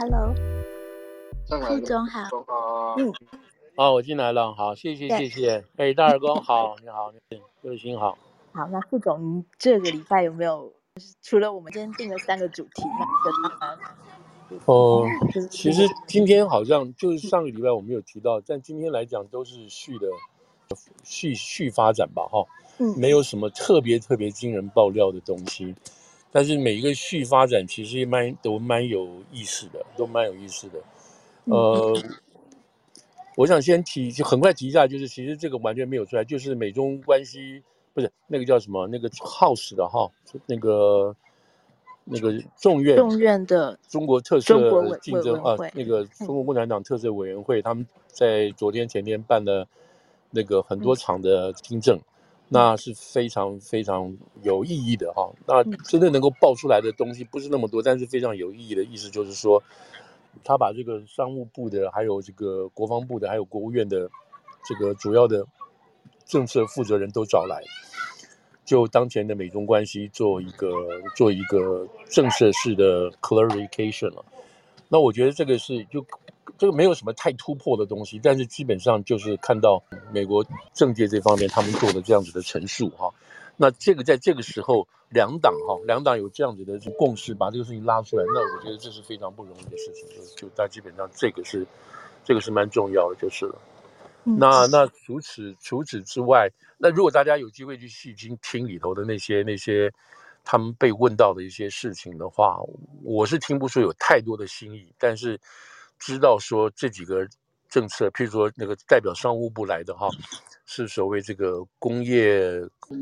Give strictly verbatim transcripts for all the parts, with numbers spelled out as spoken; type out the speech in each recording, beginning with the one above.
Hello，副上来了， 总好。 总好。 嗯， 好，我进来了，好，谢谢谢谢。哎，大耳公好，你好，刘星好。 好，那副总，您这个礼拜有没有除了我们今天定了三个主题，那这当然， 哦、 就是其实今天好像就是上个礼拜我没有提到，但今天来讲都是续的续续发展吧，哈， 嗯， 没有什么特别特别惊人爆料的东西，但是每一个续发展其实蛮都蛮有意思的，都蛮有意思的。呃， 嗯我想先提，就很快提一下，就是其实这个完全没有出来，就是美中关系不是那个叫什么那个 House 的哈，那个那个众院众院的中国特中国色委竞争啊， 委员会， 那个中国共产党特色委员会，他们在昨天前天办了那个很多场的听证，那是非常非常有意义的哈。那真正能够爆出来的东西不是那么多，但是非常有意义的意思就是说，他把这个商务部的，还有这个国防部的，还有国务院的这个主要的政策负责人都找来，就当前的美中关系做一个做一个震慑式的 clarification 了。那我觉得这个是就这个没有什么太突破的东西，但是基本上就是看到美国政界这方面他们做的这样子的陈述哈。那这个在这个时候，两党哈，两党有这样子的共识，把这个事情拉出来，那我觉得这是非常不容易的事情，就就大基本上这个是这个是蛮重要的，就是了。那那除此除此之外，那如果大家有机会去细听听里头的那些那些他们被问到的一些事情的话，我是听不出有太多的新意，但是知道说这几个政策，譬如说那个代表商务部来的哈，是所谓这个工业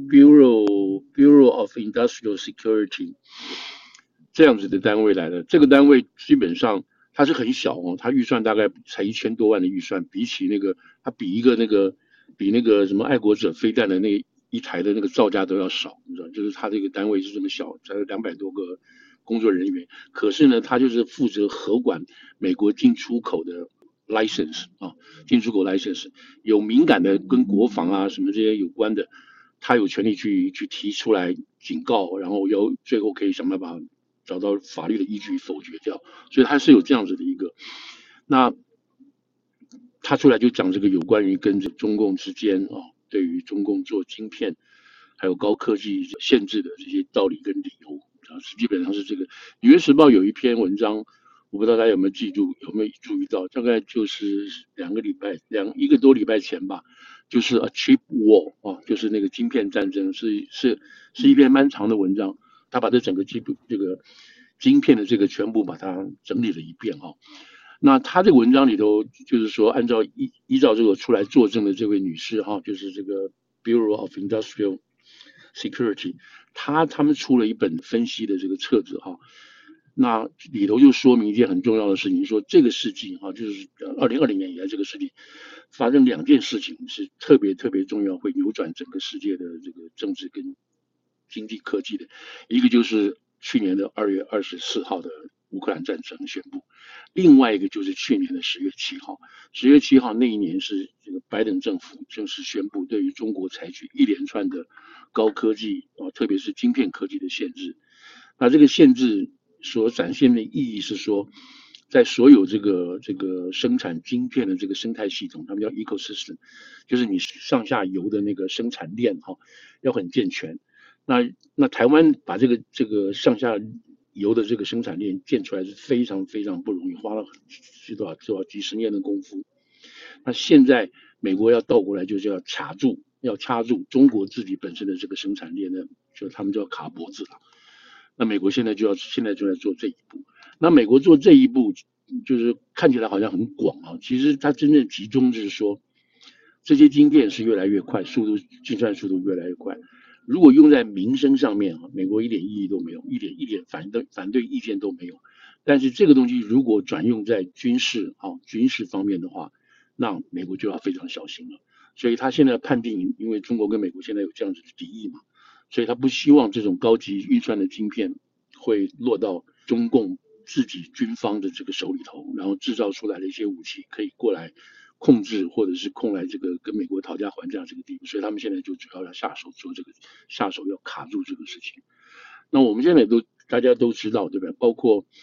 Bureau Bureau of Industrial Security 这样子的单位来的。这个单位基本上它是很小哦，它预算大概才一千多万的预算，比起那个它比一个那个比那个什么爱国者飞弹的那一台的那个造价都要少，你知道，就是它这个单位是这么小，才有两百多个工作人员。可是呢，它就是负责核管美国进出口的 license 啊，进出口 license 有敏感的跟国防啊什么这些有关的，他有权利去去提出来警告，然后要最后可以想办法找到法律的依据否决掉，所以他是有这样子的一个。那他出来就讲这个有关于跟中共之间啊，对于中共做晶片还有高科技限制的这些道理跟理由啊，基本上是这个。《纽约时报》有一篇文章，我不知道大家有没有记住，有没有注意到？大概就是两个礼拜，两一个多礼拜前吧，就是 A Chip War 啊，就是那个晶片战争，是是是一篇蛮长的文章，他把这整个基这个晶片的这个全部把它整理了一遍啊。那他这个文章里头就是说，按照依依照这个出来作证的这位女士哈，就是这个 Bureau of Industrial Security， 他他们出了一本分析的这个册子哈。那里头就说明一件很重要的事情，说这个世纪哈，就是二零二零年以来这个世纪发生两件事情是特别特别重要，会扭转整个世界的这个政治跟经济科技的。一个就是去年的二月二十四号的乌克兰战争宣布，另外一个就是去年的十月七号。十月七号那一年是这个拜登政府正式宣布对于中国采取一连串的高科技啊，特别是晶片科技的限制。那这个限制所展现的意义是说，在所有这个这个生产晶片的这个生态系统，他们叫 ecosystem， 就是你上下游的那个生产链哈，要很健全。那那台湾把这个这个上下游的这个生产链建出来是非常非常不容易，花了是多少多少几十年的功夫。那现在美国要倒过来，就是要卡住，要掐住中国自己本身的这个生产链呢，就他们就要卡脖子了。那美国现在就要现在就在做这一步。那美国做这一步，就是看起来好像很广啊，其实它真正集中就是说，这些晶片是越来越快，速度计算速度越来越快。如果用在民生上面啊，美国一点意义都没有，一点一点反对反对意见都没有。但是这个东西如果转用在军事啊军事方面的话，那美国就要非常小心了。所以他现在判定，因为中国跟美国现在有这样子的敌意嘛，所以他不希望这种高级预算的晶片会落到中共自己军方的这个手里头，然后制造出来的一些武器可以过来控制或者是控来这个跟美国讨价还价这个地步，所以他们现在就主要要下手做这个，下手要卡住这个事情。那我们现在都大家都知道，对吧？包括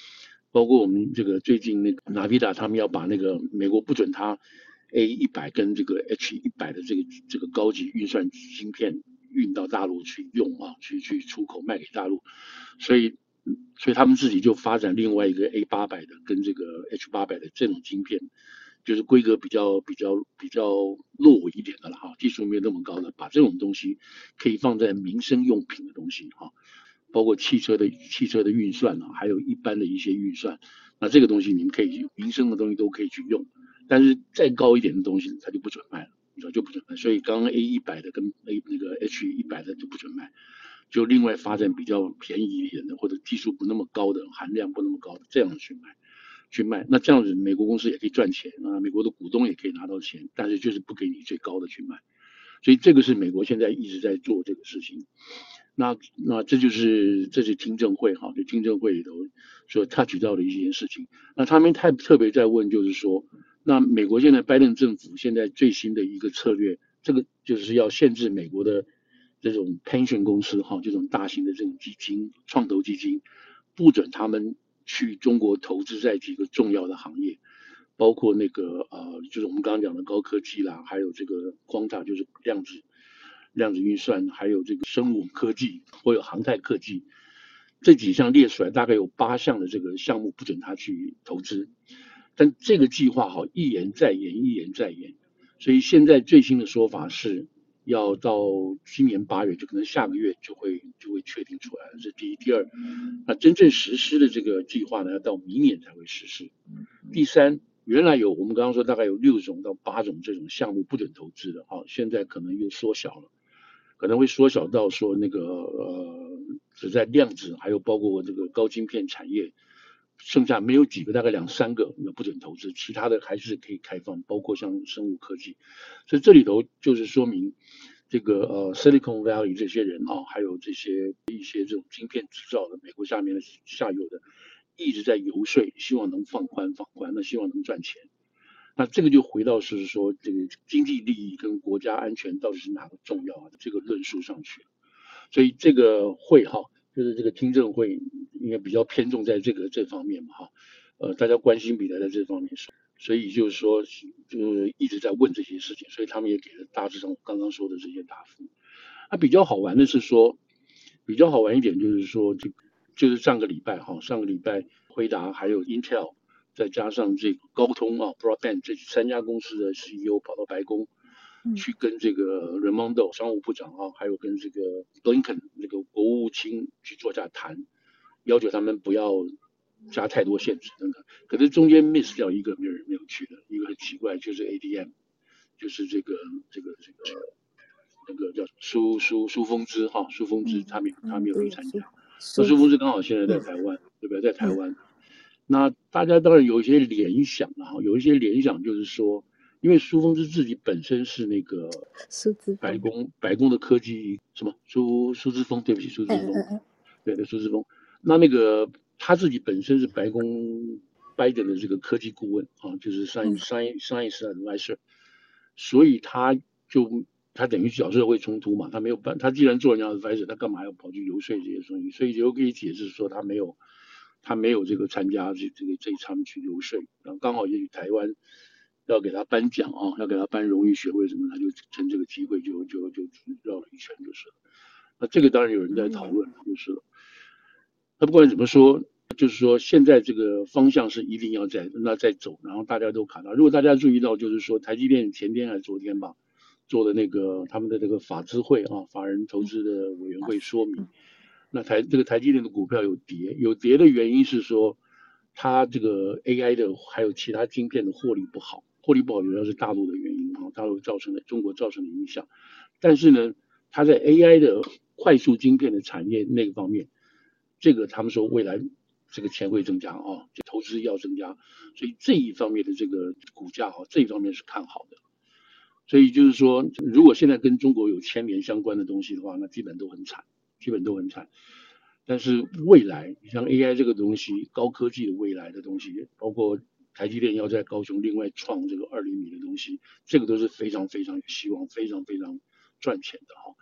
包括我们这个最近那个 Nvidia 他们要把那个美国不准它 A 一百跟这个 H 一百的这个这个高级运算芯片运到大陆去用啊，去去出口卖给大陆，所以所以他们自己就发展另外一个 A 八百的跟这个 H 八百的这种晶片，就是规格比较比较比较落尾一点的了哈，技术没有那么高的，把这种东西可以放在民生用品的东西哈，包括汽车的汽车的运算啊，还有一般的一些运算，那这个东西你们可以民生的东西都可以去用，但是再高一点的东西它就不准卖了，你知道就不准卖，所以刚刚 A 一百的跟 A 那个 H 一百的就不准卖。就另外发展比较便宜一点的，或者技术不那么高的，含量不那么高的，这样去卖，去卖。那这样子，美国公司也可以赚钱啊，美国的股东也可以拿到钱，但是就是不给你最高的去卖。所以这个是美国现在一直在做这个事情。那那这就是这是听证会哈，就听证会里头所 touch 到的一件事情。那他们太特别在问，就是说，那美国现在拜登政府现在最新的一个策略，这个就是要限制美国的这种 pension 公司哈，这种大型的这种基金、创投基金，不准他们去中国投资在几个重要的行业，包括那个呃，就是我们刚刚讲的高科技啦，还有这个光塔，就是量子量子运算，还有这个生物科技或有航太科技，这几项列出来，大概有八项的这个项目不准他去投资。但这个计划哈，一延再延，一延再延，所以现在最新的说法是要到今年八月，就可能下个月就会就会确定出来了。这是第一，第二，那真正实施的这个计划呢，要到明年才会实施。第三，原来有我们刚刚说大概有六种到八种这种项目不准投资的，啊，现在可能又缩小了，可能会缩小到说那个呃，只在量子还有包括这个高晶片产业。剩下没有几个，大概两三个不准投资，其他的还是可以开放，包括像生物科技。所以这里头就是说明，这个呃 Silicon Valley 这些人啊，还有这些一些这种晶片制造的美国下面的下游的，一直在游说，希望能放宽放宽，那希望能赚钱。那这个就回到是说这个经济利益跟国家安全到底是哪个重要啊？这个论述上去。所以这个会哈。就是这个听证会应该比较偏重在这个这方面嘛哈，呃，大家关心比较在这方面，所以就是说，就是一直在问这些事情，所以他们也给了大致上我刚刚说的这些答复。那比较好玩的是说，比较好玩一点就是说，这就是上个礼拜哈，上个礼拜辉达还有 Intel， 再加上这个高通啊 Broadband 这三家公司的 C E O 跑到白宫。去跟这个 Raimondo 商务部长啊，还有跟这个 Blinken 那个国务卿去坐下谈，要求他们不要加太多限制等等。可是中间 miss 掉一个没有人没有去的，一个很奇怪，就是 A D M， 就是这个这个这个那个叫苏苏苏峰之哈，苏峰之他没他没有去参加。那苏峰之刚好现在在台湾，对不对？在台湾，那大家当然有一些联想啊，有一些联想就是说。因为苏峰之自己本身是那个白宫白宫的科技什么苏苏之峰，对不起苏之峰，对对苏之峰，那那个他自己本身是白宫拜登的这个科技顾问啊，就是 science science science advisor，所以他就他等于角色会冲突嘛，他没有办，他既然做人家的 advisor，他干嘛要跑去游说这些东西？所以就可以解释说他没有他没有这个参加这这个这一场去游说，然后刚好也许台湾。要给他颁奖啊，要给他颁荣誉学位什么，他就趁这个机会就就就绕了一圈就是了。那这个当然有人在讨论就是了。那不管怎么说，就是说现在这个方向是一定要在那再走，然后大家都卡到。如果大家注意到，就是说台积电前天还是昨天吧做的那个他们的这个法资会啊，法人投资的委员会说明，那台这个台积电的股票有跌，有跌的原因是说它这个 A I 的还有其他晶片的获利不好。获利不好主要是大陆的原因啊，大陆造成的中国造成的影响。但是呢，它在 A I 的快速晶片的产业那个方面，这个他们说未来这个钱会增加啊，就投资要增加，所以这一方面的这个股价哈，这一方面是看好的。所以就是说，如果现在跟中国有牵连相关的东西的话，那基本都很惨，基本都很惨。但是未来，像 A I 这个东西，高科技的未来的东西，包括台积电要在高雄另外创这个二厘米的东西，这个都是非常非常有希望、非常非常赚钱的哈。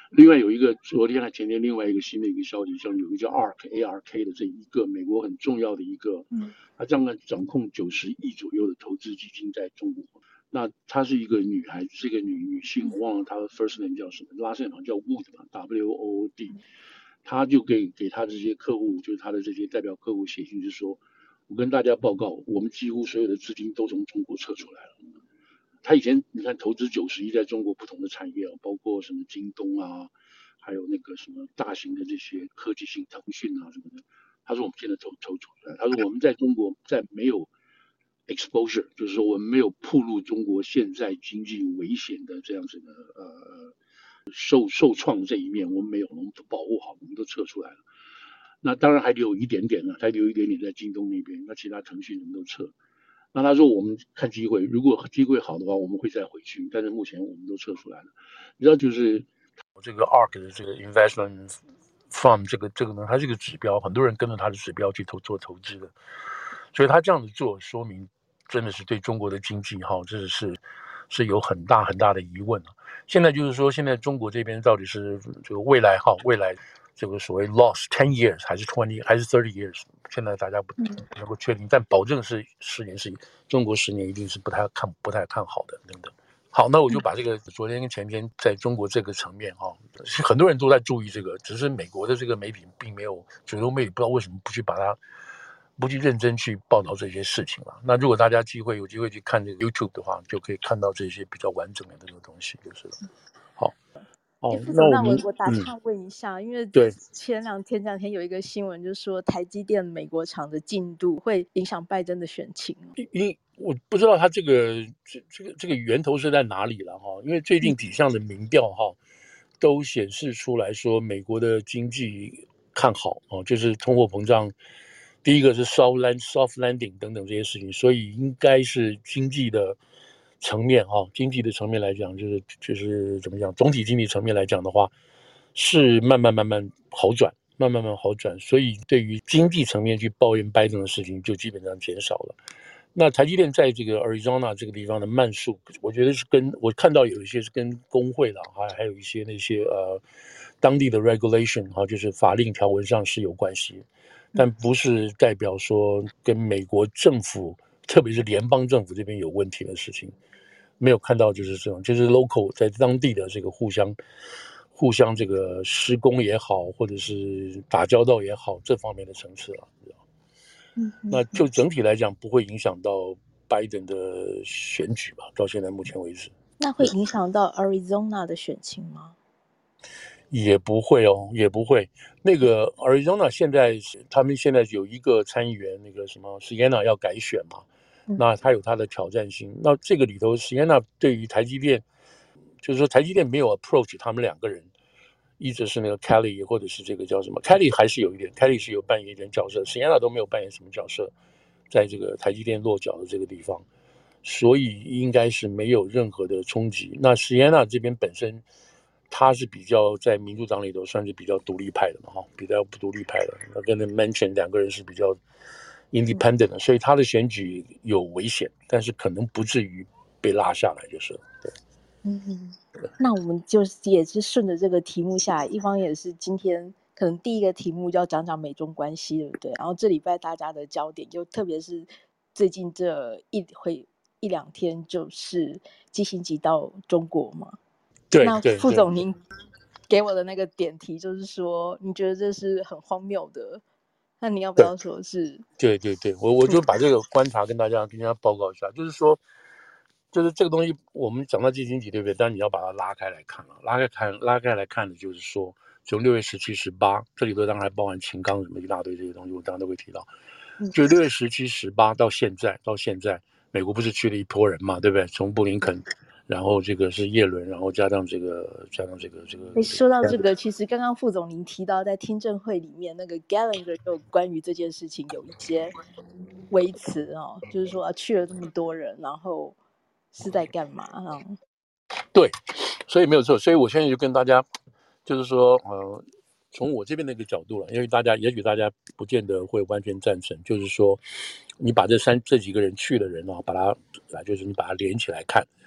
另外有一个昨天还前天另外一个新的一个消息，像有一个叫 A R K A R K 的这一个美国很重要的一个，他这样掌控九十亿左右的投资基金在中国。那她是一个女孩子，是一个女女性，我忘了她的 first name 叫什么，拉线好像叫 Wood 吧 ，W O O D。她就给给她这些客户，就是她的这些代表客户写信，就是说，我跟大家报告，我们几乎所有的资金都从中国撤出来了。他以前你看投资九十亿在中国不同的产业啊，包括什么京东啊，还有那个什么大型的这些科技型腾讯啊什么的。他说我们现在抽抽出来，他说我们在中国在没有 exposure， 就是说我们没有暴露中国现在经济危险的这样子的呃受受创这一面，我们没有，我们都保护好，我们都撤出来了。那当然还留一点点了，还留一点点在京东那边，那其他腾讯什么都撤。那他说我们看机会，如果机会好的话，我们会再回去，但是目前我们都撤出来了。你知道，就是这个 A R K 的这个 investment fund 这个这个呢，它是一个指标，很多人跟着它的指标去投做投资的，所以他这样子做，说明真的是对中国的经济哈，这是是有很大很大的疑问啊。现在就是说，现在中国这边到底是这个未来哈，未来这个所谓 lost ten years 还是 twenty 还是 thirty years， 现在大家不不能够确定，但保证是十年是中国十年一定是不太看不太看好的等等。好，那我就把这个昨天跟前天在中国这个层面哈、哦，很多人都在注意这个，只是美国的这个媒体并没有主流媒体不知道为什么不去把它不去认真去报道这些事情了。那如果大家机会有机会去看这个 YouTube 的话，就可以看到这些比较完整的这个东西，就是了。好。 哦，那我们我打岔问一下，嗯、因为对前两天这两天有一个新闻，就是说台积电美国厂的进度会影响拜登的选情。 因我不知道他这个这这个这个源头是在哪里了哈，因为最近几项的民调哈、嗯、都显示出来说美国的经济看好哦，就是通货膨胀，第一个是 soft land soft landing 等等这些事情，所以应该是经济的层面哈，经济的层面来讲，就是就是怎么讲，总体经济层面来讲的话，是慢慢慢慢好转，慢慢慢慢好转，所以对于经济层面去抱怨拜登的事情就基本上减少了。那台积电在这个 Arizona 这个地方的慢速，我觉得是跟我看到有一些是跟工会了，还还有一些那些呃当地的 regulation 哈，就是法令条文上是有关系，但不是代表说跟美国政府，特别是联邦政府这边有问题的事情，没有看到就是这种，就是 local 在当地的这个互相互相这个施工也好，或者是打交道也好，这方面的层次了。嗯，那就整体来讲不会影响到拜登的选举吧？到现在目前为止， 那会影响到 Arizona 的选情吗？ 也不会哦，也不会。那个 Arizona 现在他们现在有一个参议员，那个什么 Sienna 要改选嘛，嗯、那他有他的挑战性。那这个里头 Sienna 对于台积电，就是说台积电没有 approach 他们两个人。一直是那个 Kelly 或者是这个叫什么 Kelly 还是有一点 Kelly 是有扮演一点角色 Sienna 都没有扮演什么角色，在这个台积电落脚的这个地方，所以应该是没有任何的冲击。那 Sienna 这边本身他是比较在民主党里头算是比较独立派的嘛，哈，比较不独立派的，那跟 Manchin 两个人是比较 independent 的，所以他的选举有危险，但是可能不至于被拉下来，就是对。 嗯，那我们就也是顺着这个题目下来，一方也是今天可能第一个题目就要讲讲美中关系，对不对？然后这礼拜大家的焦点就特别是最近这一回一两天，就是季辛吉到中国嘛。 对， 那副总您给我的那个点题就是说，你觉得这是很荒谬的，那你要不要说是？ 对对对，我我就把这个观察跟大家跟大家报告一下，就是说。就是这个东西，我们讲到季辛吉，对不对？但你要把它拉开来看了，拉开看，拉开来看的就是说，从六月十七、十八，这里头当然还包含秦刚什么一大堆这些东西，我当然都会提到。就六月十七、十八到现在，到现在，美国不是去了一波人嘛，对不对？从布林肯，然后这个是叶伦，然后加上这个，加上这个这个。 说到这个，其实刚刚副总您提到，在听证会里面，那个 Gallagher 有关于这件事情有一些微词哦，就是说去了这么多人，然后。是在干嘛啊？ 对，所以没有错，所以我现在就跟大家，就是说，呃，从我这边的一个角度了，因为大家也许大家不见得会完全赞成，就是说，你把这三这几个人去的人啊，把它，就是你把它连起来看，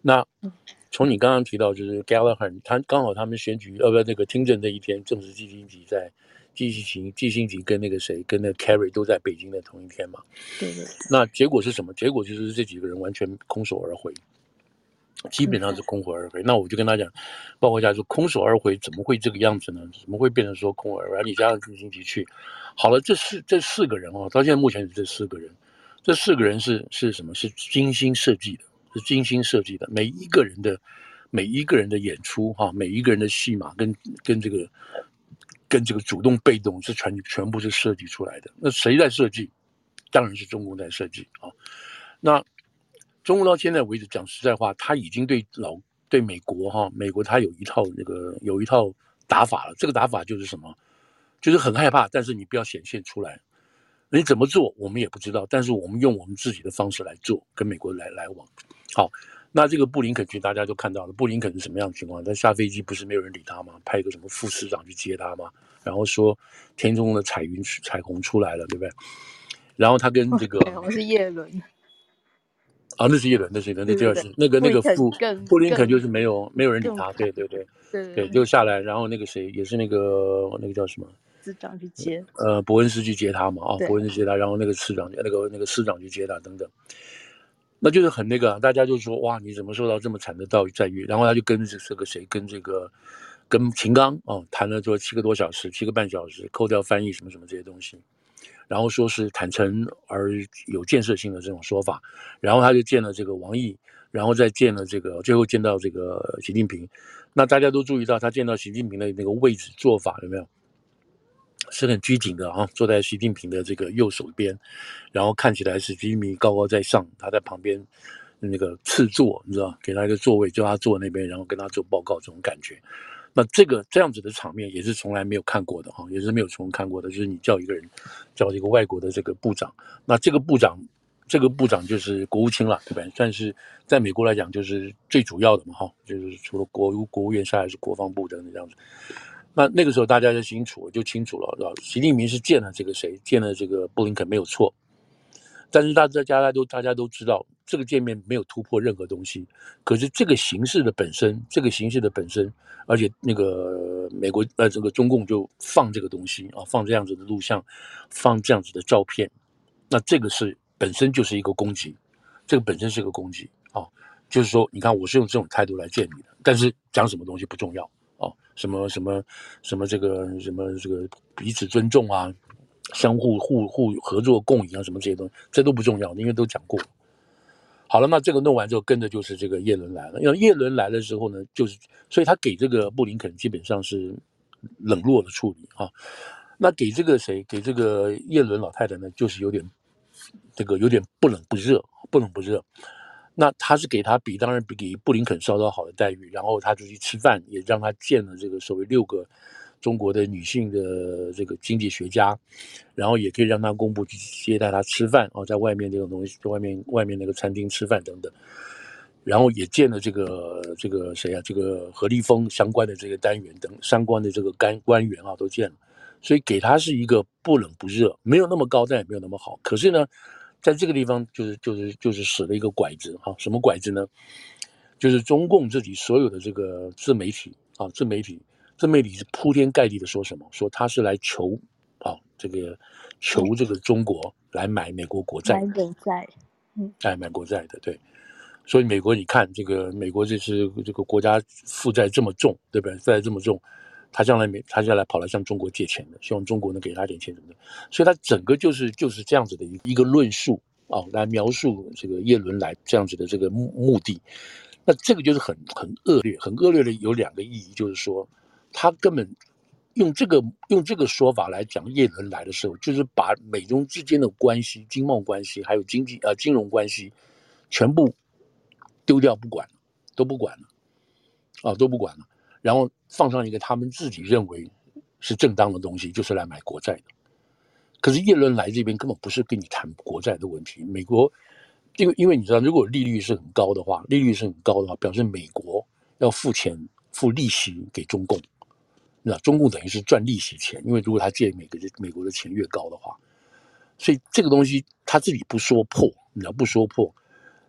那从你刚刚提到，就是 Gallagher， 他刚好他们选举呃不那个听证这一天，正是季辛吉在季辛吉季辛吉跟那个谁跟那个 Kerry 都在北京的同一天嘛。 对对。 那结果是什么？结果就是这几个人完全空手而回，基本上是空手而回。那我就跟他讲，包括下说空手而回怎么会这个样子呢？怎么会变成说空手而回？你加上季辛吉去，好了，这四这四个人哦，到现在目前是这四个人，这四个人是是什么？是精心设计的。是精心设计的，每一个人的每一个人的演出哈，每一个人的戏码跟跟这个跟这个主动被动是全全部是设计出来的。那谁在设计？当然是中共在设计啊。那中共到现在为止，讲实在话，他已经对老对美国哈，美国他有一套那个有一套打法了。这个打法就是什么？就是很害怕，但是你不要显现出来。你怎么做我们也不知道，但是我们用我们自己的方式来做，跟美国来来往。好，那这个布林肯去大家都看到了，布林肯是什么样的情况？他下飞机不是没有人理他吗？派一个什么副市长去接他吗？然后说天中的彩云彩虹出来了，对不对？然后他跟这个我是叶伦啊，那是叶伦，那是叶伦，那第二是那个那个副布林肯就是没有没有人理他，对对对对对，就下来，然后那个谁也是那个那个叫什么？ 市长去接， 呃，伯恩斯去接他嘛，啊，伯恩斯接他，然后那个市长，那个那个市长去接他，等等，那就是很那个，大家就说哇，你怎么受到这么惨的待遇待遇？然后他就跟这个谁，跟这个跟秦刚哦谈了说七个多小时，七个半小时，扣掉翻译什么什么这些东西，然后说是坦诚而有建设性的这种说法，然后他就见了这个王毅，然后再见了这个，最后见到这个习近平。那大家都注意到他见到习近平的那个位置做法有没有？是很拘谨的啊，坐在习近平的这个右手边，然后看起来是习近平高高在上，他在旁边那个次坐，你知道，给他一个座位，叫他坐那边，然后跟他做报告，这种感觉。那这个这样子的场面也是从来没有看过的哈，也是没有从看过的，就是你叫一个人，叫一个外国的这个部长，那这个部长，这个部长就是国务卿了，对吧？算是在美国来讲就是最主要的嘛哈，就是除了国务国务院下来是国防部等等这样子。那那个时候大家就清楚，就清楚了，习近平是见了这个谁，见了这个布林肯没有错，但是大家大家都大家都知道，这个见面没有突破任何东西。可是这个形式的本身，这个形式的本身，而且那个美国呃这个中共就放这个东西啊，放这样子的录像，放这样子的照片，那这个是本身就是一个攻击，这个本身是个攻击啊，就是说，你看我是用这种态度来见你的，但是讲什么东西不重要。哦，什么什么什么这个什么这个彼此尊重啊，相互互互合作共赢啊，什么这些东西，这都不重要，因为都讲过了。好了，那这个弄完之后，跟着就是这个叶伦来了。因为叶伦来了之后呢，就是所以他给这个布林肯基本上是冷落的处理啊。那给这个谁，给这个叶伦老太太呢，就是有点这个有点不冷不热，不冷不热。那他是给他比当然比给布林肯稍稍好的待遇，然后他就去吃饭，也让他见了这个所谓六个中国的女性的这个经济学家，然后也可以让他公布去接待他吃饭哦，在外面这种东西，在外面外面那个餐厅吃饭等等，然后也见了这个这个谁啊，这个何立峰相关的这个单元等相关的这个官官员啊都见了，所以给他是一个不冷不热，没有那么高，但也没有那么好，可是呢。在这个地方就是就是就是使了一个拐子哈，什么拐子呢？就是中共自己所有的这个自媒体啊，自媒体自媒体是铺天盖地的说什么？说他是来求啊这个求这个中国来买美国国债， 买国债， 嗯，哎买国债的，对。所以美国你看这个美国这是这个国家负债这么重，对不对？负债这么重。他将来没，他将来跑来向中国借钱的，希望中国能给他点钱什么的，所以他整个就是就是这样子的一个论述啊、哦，来描述这个叶伦来这样子的这个目目的。那这个就是很很恶劣，很恶劣的有两个意义，就是说他根本用这个用这个说法来讲叶伦来的时候，就是把美中之间的关系、经贸关系还有经济呃金融关系全部丢掉不管，都不管了啊、哦，都不管了。然后放上一个他们自己认为是正当的东西，就是来买国债的。可是叶伦来这边根本不是跟你谈国债的问题，美国因为因为你知道，如果利率是很高的话，利率是很高的话，表示美国要付钱付利息给中共，那中共等于是赚利息钱，因为如果他借美国美国的钱越高的话，所以这个东西他自己不说破，你要不说破。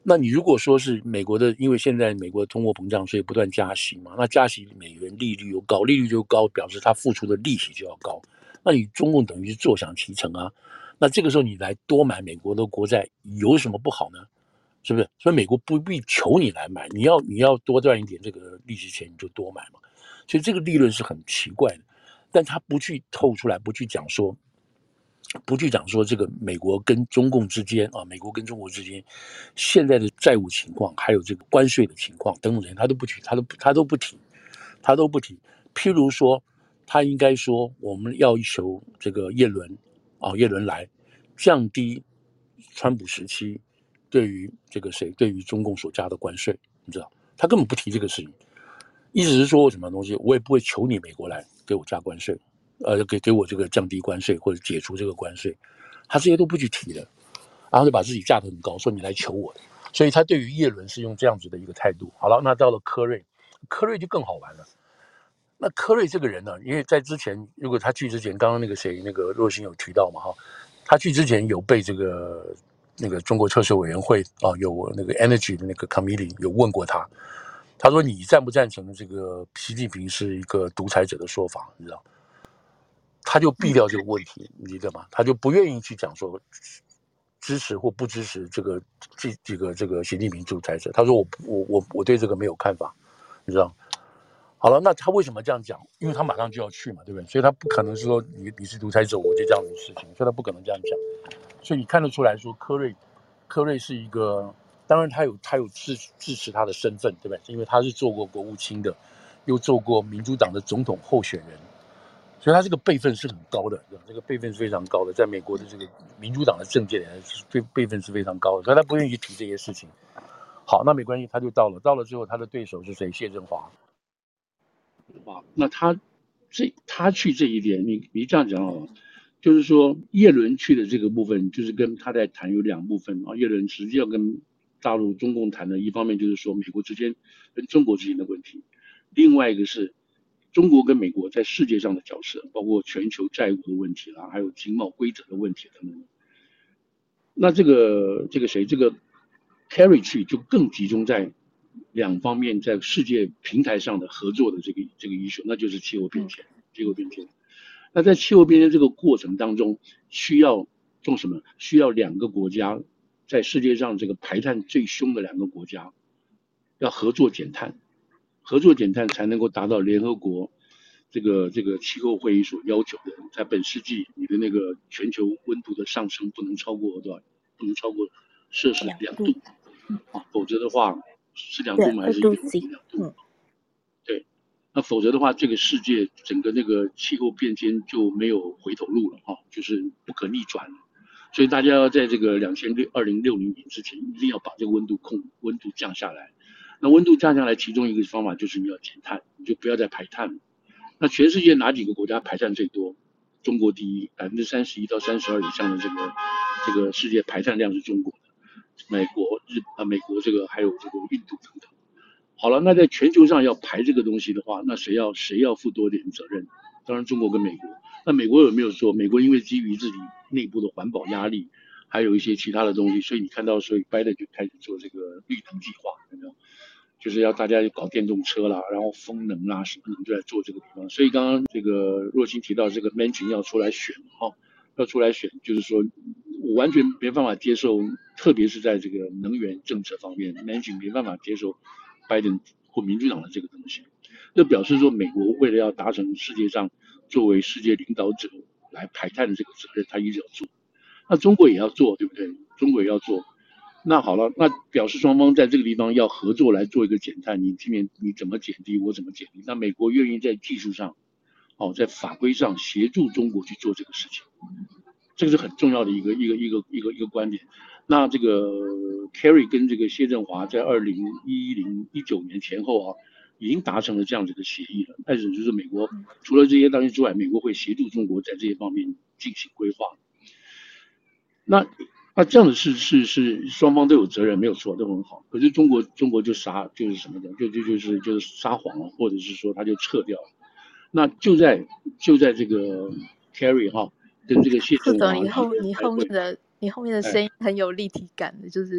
那你如果说是美国的，因为现在美国通货膨胀，所以不断加息嘛，那加息美元利率又高，利率就高，表示它付出的利息就要高，那你中共等于是坐享其成啊。那这个时候你来多买美国的国债有什么不好呢？是不是？所以美国不必求你来买，你要你要多赚一点这个利息钱，你就多买嘛。所以这个利润是很奇怪的，但他不去透出来，不去讲说，不去讲说这个美国跟中共之间啊，美国跟中国之间现在的债务情况，还有这个关税的情况等等，他都不提，他都他都不提，他都不提。譬如说，他应该说我们要求这个耶伦啊，耶伦来降低川普时期对于这个谁对于中共所加的关税，你知道，他根本不提这个事情，意思是说什么东西，我也不会求你美国来给我加关税，呃，给给我这个降低关税或者解除这个关税，他这些都不去提的，然后就把自己架得很高，说你来求我的，所以他对于耶伦是用这样子的一个态度。好了，那到了科瑞，科瑞就更好玩了。那科瑞这个人呢，因为在之前，如果他去之前，刚刚那个谁，那个若星有提到嘛，哈，他去之前有被这个那个中国特色委员会啊，有那个 Energy 的那个 Committee 有问过他，他说你赞不赞成这个习近平是一个独裁者的说法，你知道？他就避掉这个问题，你知道吗？他就不愿意去讲说支持或不支持这个这这个这个习近平独裁者。他说我我我我对这个没有看法，你知道？好了，那他为什么这样讲？因为他马上就要去嘛，对不对？所以他不可能是说你你是独裁者，我就这样的事情，所以他不可能这样讲。所以你看得出来说，科瑞科瑞是一个，当然他有他有支支持他的身份，对不对？因为他是做过国务卿的，又做过民主党的总统候选人，所以他这个辈分是很高的，这个辈分是非常高的，在美国的这个民主党的政界里辈辈分是非常高的，所以他不愿意去提这些事情。好，那没关系，他就到了，到了之后，他的对手是谁？谢振华。 哇，那他这他去这一点，你你这样讲哦，就是说叶伦去的这个部分，就是跟他在谈有两部分啊。叶伦实际要跟大陆中共谈的，一方面就是说美国之间跟中国之间的问题，另外一个是中国跟美国在世界上的角色，包括全球债务的问题啦，还有经贸规则的问题等等。那这个这个谁，这个 Kerry 去就更集中在两方面在世界平台上的合作的这个这个依据，那就是气候变迁。气候变迁，那在气候变迁这个过程当中，需要做什么？需要两个国家在世界上这个排碳最凶的两个国家要合作减碳，合作减碳才能够达到联合国这个这个气候会议所要求的，在本世纪你的那个全球温度的上升不能超过多少？不能超过摄氏两度啊，否则的话是两度吗？还是一点五两度？对，那否则的话，这个世界整个那个气候变迁就没有回头路了哈，就是不可逆转了。所以大家要在这个两千六二零六零年之前，一定要把这个温度控温度降下来。那温度降下来，其中一个方法就是你要减碳，你就不要再排碳了。那全世界哪几个国家排碳最多？中国第一，百分之三十一到三十二以上的这个这个世界排碳量是中国的，美国、日啊美国这个还有这个印度等等。好了，那在全球上要排这个东西的话，那谁要谁要负多点责任？当然中国跟美国。那美国有没有做？美国因为基于自己内部的环保压力，还有一些其他的东西，所以你看到，所以拜登就开始做这个绿能计划，有没有？就是要大家搞电动车啦，然后风能啦什么能就来做这个地方。所以刚刚这个若星提到这个 Manchin 要出来选哈、哦，要出来选，就是说我完全没办法接受，特别是在这个能源政策方面 ，Manchin 没办法接受拜登或民主党的这个东西。那表示说，美国为了要达成世界上作为世界领导者来排碳的这个责任，他一直要做。那中国也要做，对不对？中国也要做。那好了，那表示双方在这个地方要合作来做一个减碳，你这边你怎么减低，我怎么减低。那美国愿意在技术上，哦，在法规上协助中国去做这个事情，这个是很重要的一个一个一个一个一个观点。那这个 Kerry 跟这个谢振华在二零一零一九年前后啊，已经达成了这样子的协议了。但是就是美国除了这些东西之外，美国会协助中国在这些方面进行规划。那那这样的是是是双方都有责任，没有错，都很好。可是中国中国就撒就是什么的，就就就是就是撒谎了，或者是说他就撤掉了。那就在就在这个 Kerry 哈跟这个谢振华， 你后你后面的你后面的声音很有立体感的，就是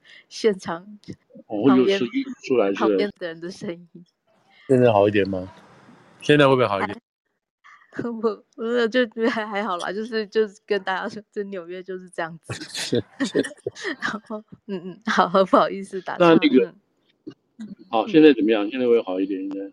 现场哦， 旁边有声音出来是旁边的人的声音。 现在好一点吗？现在会不会好一点？ 我我就觉得还还好啦，就是就是跟大家说，这纽约就是这样子。 是是。 然后嗯嗯，好，不好意思打岔。 那那个嗯好， 嗯现在怎么样？现在会好一点应该。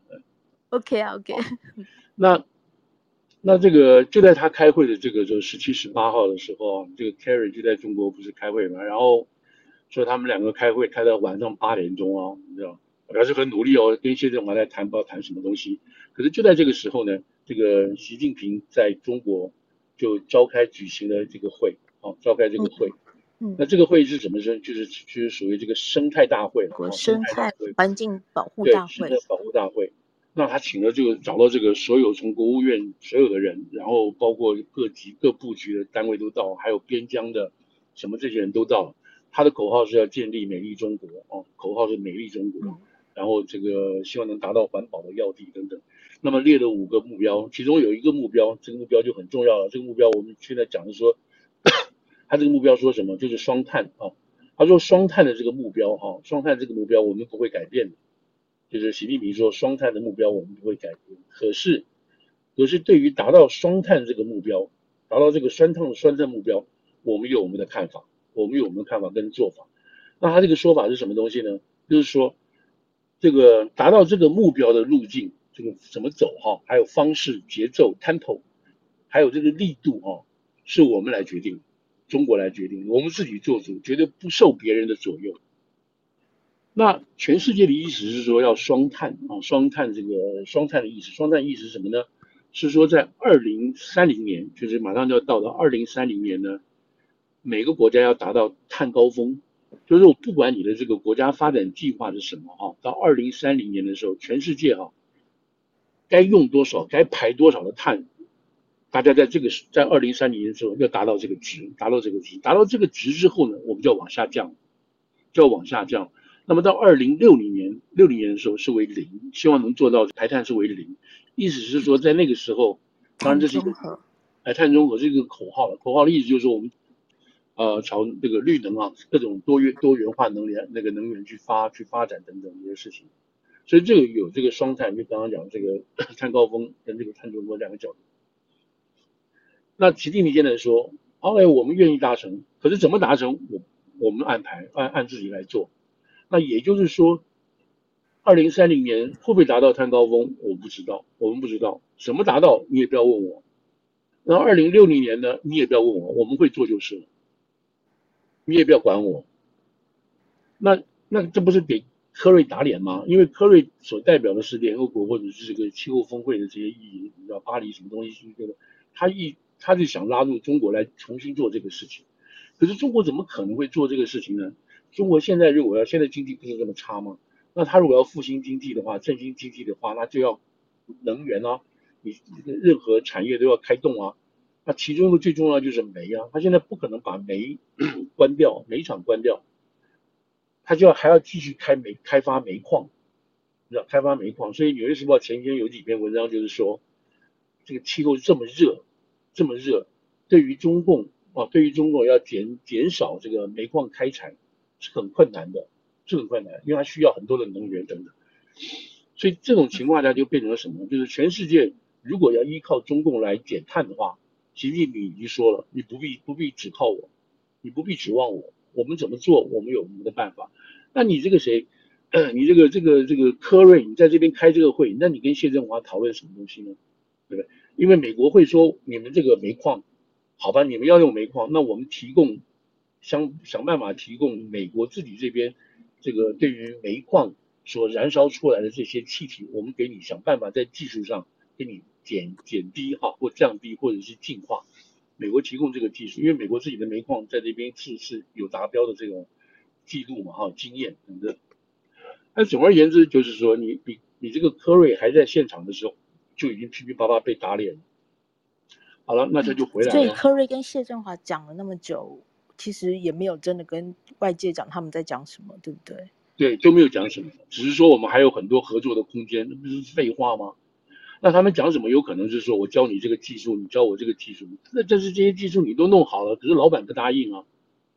，OK 啊 OK。 那那这个就在他开会的这个就十七、十八号的时候，这个 Kerry 就在中国不是开会嘛，然后说他们两个开会开到晚上八点钟哦，你知道，表示很努力哦，跟谢振华在谈，不知道谈什么东西。可是就在这个时候呢，这个习近平在中国就召开举行了这个会，哦，召开这个会。 嗯， 那这个会是什么？就是就是属于这个生态大会了， 国哦，生生态态大会， 环境保护对， 大会。 生态保护大会。那他请了这个找到这个所有从国务院所有的人，然后包括各级各部局的单位都到，还有边疆的什么这些人都到了。他的口号是要建立美丽中国哦，口号是美丽中国， 嗯然后这个希望能达到环保的要地等等。那么列了五个目标，其中有一个目标，这个目标就很重要了。这个目标我们现在讲的说，他这个目标说什么？就是双碳啊。他说双碳的这个目标哈，双碳这个目标我们不会改变的。就是习近平说双碳的目标我们不会改变，可是可是对于达到双碳这个目标，达到这个双碳双碳目标，我们有我们的看法，我们有我们的看法跟做法。那他这个说法是什么东西呢？就是说这个达到这个目标的路径，这个怎么走哈，还有方式、节奏、tempo，还有这个力度哈，是我们来决定，中国来决定，我们自己做主，绝对不受别人的左右。那全世界的意思是说要双碳啊，双碳这个双碳的意思，双碳意思是什么呢？是说在二零三零年，就是马上就要到了二零三零年呢，每个国家要达到碳高峰，就是我不管你的这个国家发展计划是什么哈，到二零三零年的时候，全世界哈该用多少，该排多少的碳，大家在这个在二零三零年的时候要达到这个值，达到这个值，达到这个值之后呢，我们就要往下降。就要往下降。那么到二零六零年，六零年的时候是为零，希望能做到排碳是为零。意思是说，在那个时候，当然碳这是一个， 中和。 哎，碳中和是一个口号了。口号的意思就是说，我们呃朝这个绿能啊，各种多元多元化能源那个能源去发去发展等等这些事情。所以这个有这个双碳，就刚刚讲这个碳高峰跟这个碳中和两个角度。那习近平现在说，OK，我们愿意达成，可是怎么达成，我我们安排按按自己来做。那也就是说，二零三零年会不会达到碳高峰，我不知道，我们不知道怎么达到，你也不要问我。然后二零六零年呢，你也不要问我，我们会做就是了，你也不要管我。那那这不是给科瑞打脸吗？因为科瑞所代表的是联合国或者是这个气候峰会的这些意义，你知道巴黎什么东西，这个他一他就想拉入中国来重新做这个事情。可是中国怎么可能会做这个事情呢？中国现在如果要现在经济不是这么差吗？那他如果要复兴经济的话，振兴经济的话，那就要能源啊，你任何产业都要开动啊。那其中的最重要就是煤啊，他现在不可能把煤关掉，煤厂关掉，他就要还要继续开煤开发煤矿，知道开发煤矿。所以《纽约时报》前天有几篇文章就是说，这个气候这么热，这么热，对于中共啊，对于中共要减减少这个煤矿开采是很困难的，是很困难，因为它需要很多的能源等等。所以这种情况下就变成了什么？就是全世界如果要依靠中共来减碳的话，习近平已经说了，你不必不必只靠我，你不必指望我，我们怎么做，我们有我们的办法。那你这个谁，你这个这个这个科瑞，你在这边开这个会，那你跟谢振华讨论什么东西呢？对不对？因为美国会说你们这个煤矿，好吧，你们要用煤矿，那我们提供想想办法提供美国自己这边这个对于煤矿所燃烧出来的这些气体，我们给你想办法在技术上给你减减低哈，或降低或者是净化。美国提供这个技术，因为美国自己的煤矿在这边是是有达标的这种记录嘛哈，经验等等。但总而言之，就是说你你你这个科瑞还在现场的时候，就已经噼噼啪啪被打脸了。好了，那他就回来了。 所以科瑞跟谢振华讲了那么久，其实也没有真的跟外界讲他们在讲什么，对不对？ 对，都没有讲什么，只是说我们还有很多合作的空间，那不是废话吗？那他们讲什么？有可能是说我教你这个技术，你教我这个技术，那但是这些技术你都弄好了，可是老板不答应啊。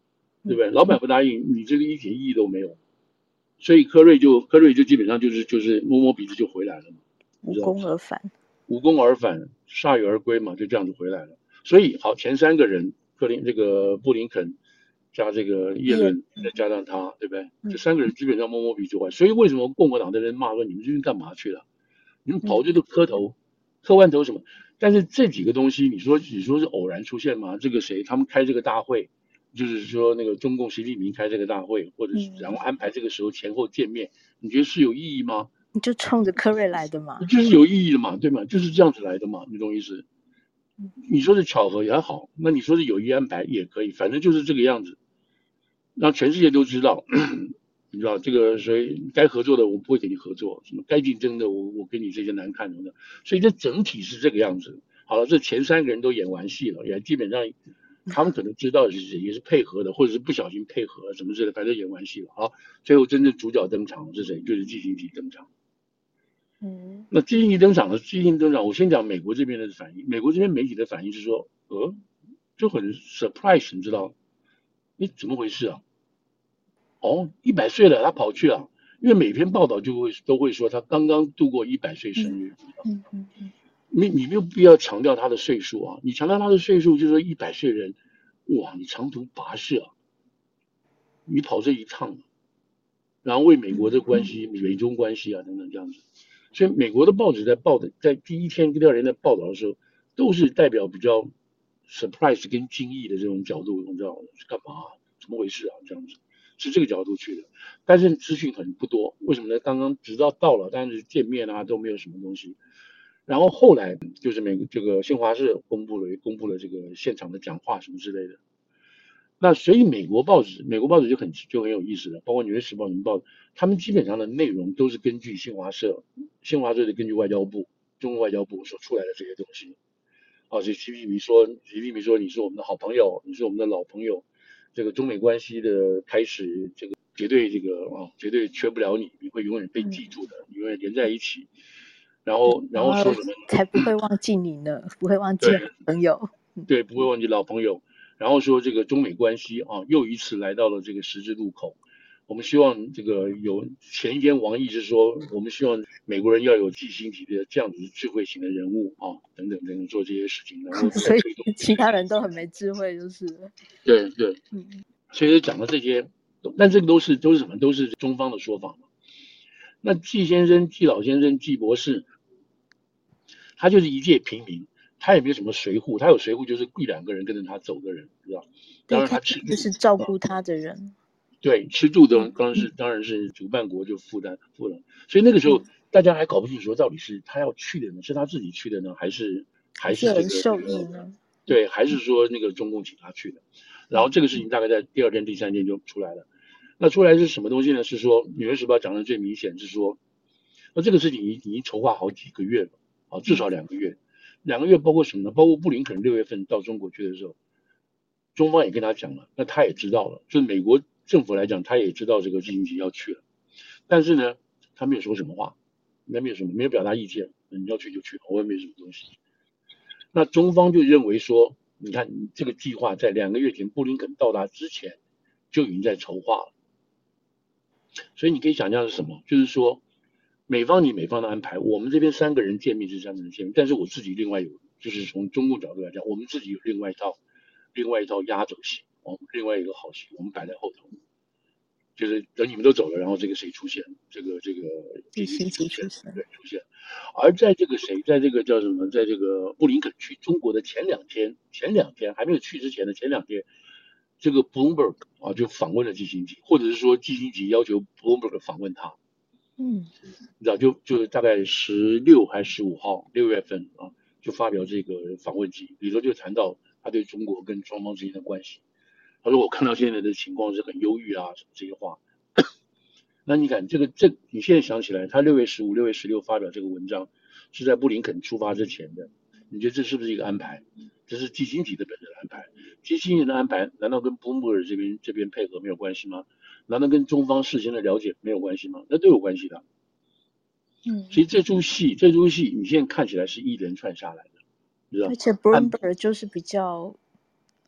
对不对？老板不答应，你这个一点意义都没有。所以科瑞就科瑞就基本上就是就是摸摸鼻子就回来了嘛， 无功而返， 无功而返，铩羽而归嘛，就这样子回来了。所以好，前三个人，克林这个布林肯加这个耶伦，再加上他，对不对？这三个人基本上摸摸鼻子回来。所以为什么共和党的人骂说你们这边干嘛去了？你们跑这个磕头，磕完头什么？但是这几个东西，你说你说是偶然出现吗？这个谁他们开这个大会？就是说，那个中共习近平开这个大会，或者是然后安排这个时候前后见面，你觉得是有意义吗？ 你就冲着科瑞来的嘛， 就是有意义的嘛，对吗？就是这样子来的嘛，你懂意思？你说是巧合也好，那你说是有意安排也可以，反正就是这个样子，让全世界都知道，你知道这个，所以该合作的我不会跟你合作，什么该竞争的我我跟你这些难看的，所以这整体是这个样子。好了，这前三个人都演完戏了，也基本上。他们可能知道是谁，也是配合的，或者是不小心配合什么之类的，反正演完戏了。好，最后真正主角登场是谁？就是季辛吉登场。嗯，那季辛吉登场的季辛吉登场，我先讲美国这边的反应。美国这边媒体的反应是说，呃，就很 surprise，你知道？你怎么回事啊？哦，一百岁了，他跑去了，因为每篇报道就会都会说他刚刚度过一百岁生日。嗯嗯嗯。你你没有必要强调他的岁数啊，你强调他的岁数，就是说一百岁人，哇，你长途跋涉啊，你跑这一趟，然后为美国的关系、美中关系啊等等这样子，所以美国的报纸在报的在第一天、第二天在报道的时候，都是代表比较 surprise 跟惊异的这种角度，你知道是干嘛？怎么回事啊？这样子是这个角度去的，但是资讯很不多，为什么呢？刚刚直到到了，但是见面啊都没有什么东西。然后后来就是美这个新华社公布了公布了这个现场的讲话什么之类的。那所以美国报纸美国报纸就很就很有意思了，包括纽约时报、明报，他们基本上的内容都是根据新华社，新华社的根据外交部中国外交部所出来的这些东西。啊，所以习近平说，习近平说你是我们的好朋友，你是我们的老朋友，这个中美关系的开始，这个绝对这个啊绝对缺不了你，你会永远被记住的，永远连在一起。然后，然后说什么？ 才不会忘记你呢，不会忘记朋友。 对，不会忘记老朋友。然后说这个中美关系啊，又一次来到了这个十字路口。我们希望这个有前言王毅是说，我们希望美国人要有季辛吉的这样子智慧型的人物啊，等等等等做这些事情，然后所以其他人都很没智慧，就是。 对对，嗯，所以讲的这些，但这个都是都是什么？都是中方的说法嘛。那季先生、季老先生、季博士，他就是一介平民。他也没有什么随扈，他有随扈就是一两个人跟着他走的人，知道？当然他吃就是照顾他的人。 对，吃住的当然是当然是主办国就负担负了，所以那个时候大家还搞不清楚，到底是他要去的呢，是他自己去的呢，还是还是这个受益呢？ 对，还是说那个中共请他去的？然后这个事情大概在第二天、第三天就出来了。那出来是什么东西呢？是说《纽约时报》讲的最明显是说，那这个事情已已经筹划好几个月了，啊，至少两个月。两个月包括什么呢？包括布林肯六月份到中国去的时候，中方也跟他讲了，那他也知道了，就是美国政府来讲，他也知道这个季辛吉要去了，但是呢，他没有说什么话，没有什么，没有表达意见，你要去就去，我也没什么东西。那中方就认为说，你看你这个计划在两个月前布林肯到达之前就已经在筹划了，所以你可以想象是什么？就是说，美方你美方的安排，我们这边三个人见面是三个人见面，但是我自己另外有，就是从中共角度来讲，我们自己有另外一套，另外一套压轴戏，哦，另外一个好戏，我们摆在后头，就是等你们都走了，然后这个谁出现，这个这个季辛吉出现，对，出现。而在这个谁，在这个叫什么，在这个布林肯去中国的前两天，前两天还没有去之前的前两天。这个 Bloomberg 啊，就访问了季辛吉，或者是说季辛吉要求 Bloomberg 访问他，嗯，你知道就就大概十六还是十五号，六月份啊，就发表这个访问集，里头就谈到他对中国跟双方之间的关系。他说我看到现在的情况是很忧郁啊，什么这些话。那你看这个这你现在想起来，他六月十五、六月十六发表这个文章，是在布林肯出发之前的，你觉得这是不是一个安排？这是季辛吉的本人安排。季辛吉的安排难道跟布穆尔这边这边配合没有关系吗？难道跟中方事先的了解没有关系吗？那都有关系的。嗯，所以这出戏，这出戏你现在看起来是一连串下来的，知道？ 而且 Bloomberg 就是比较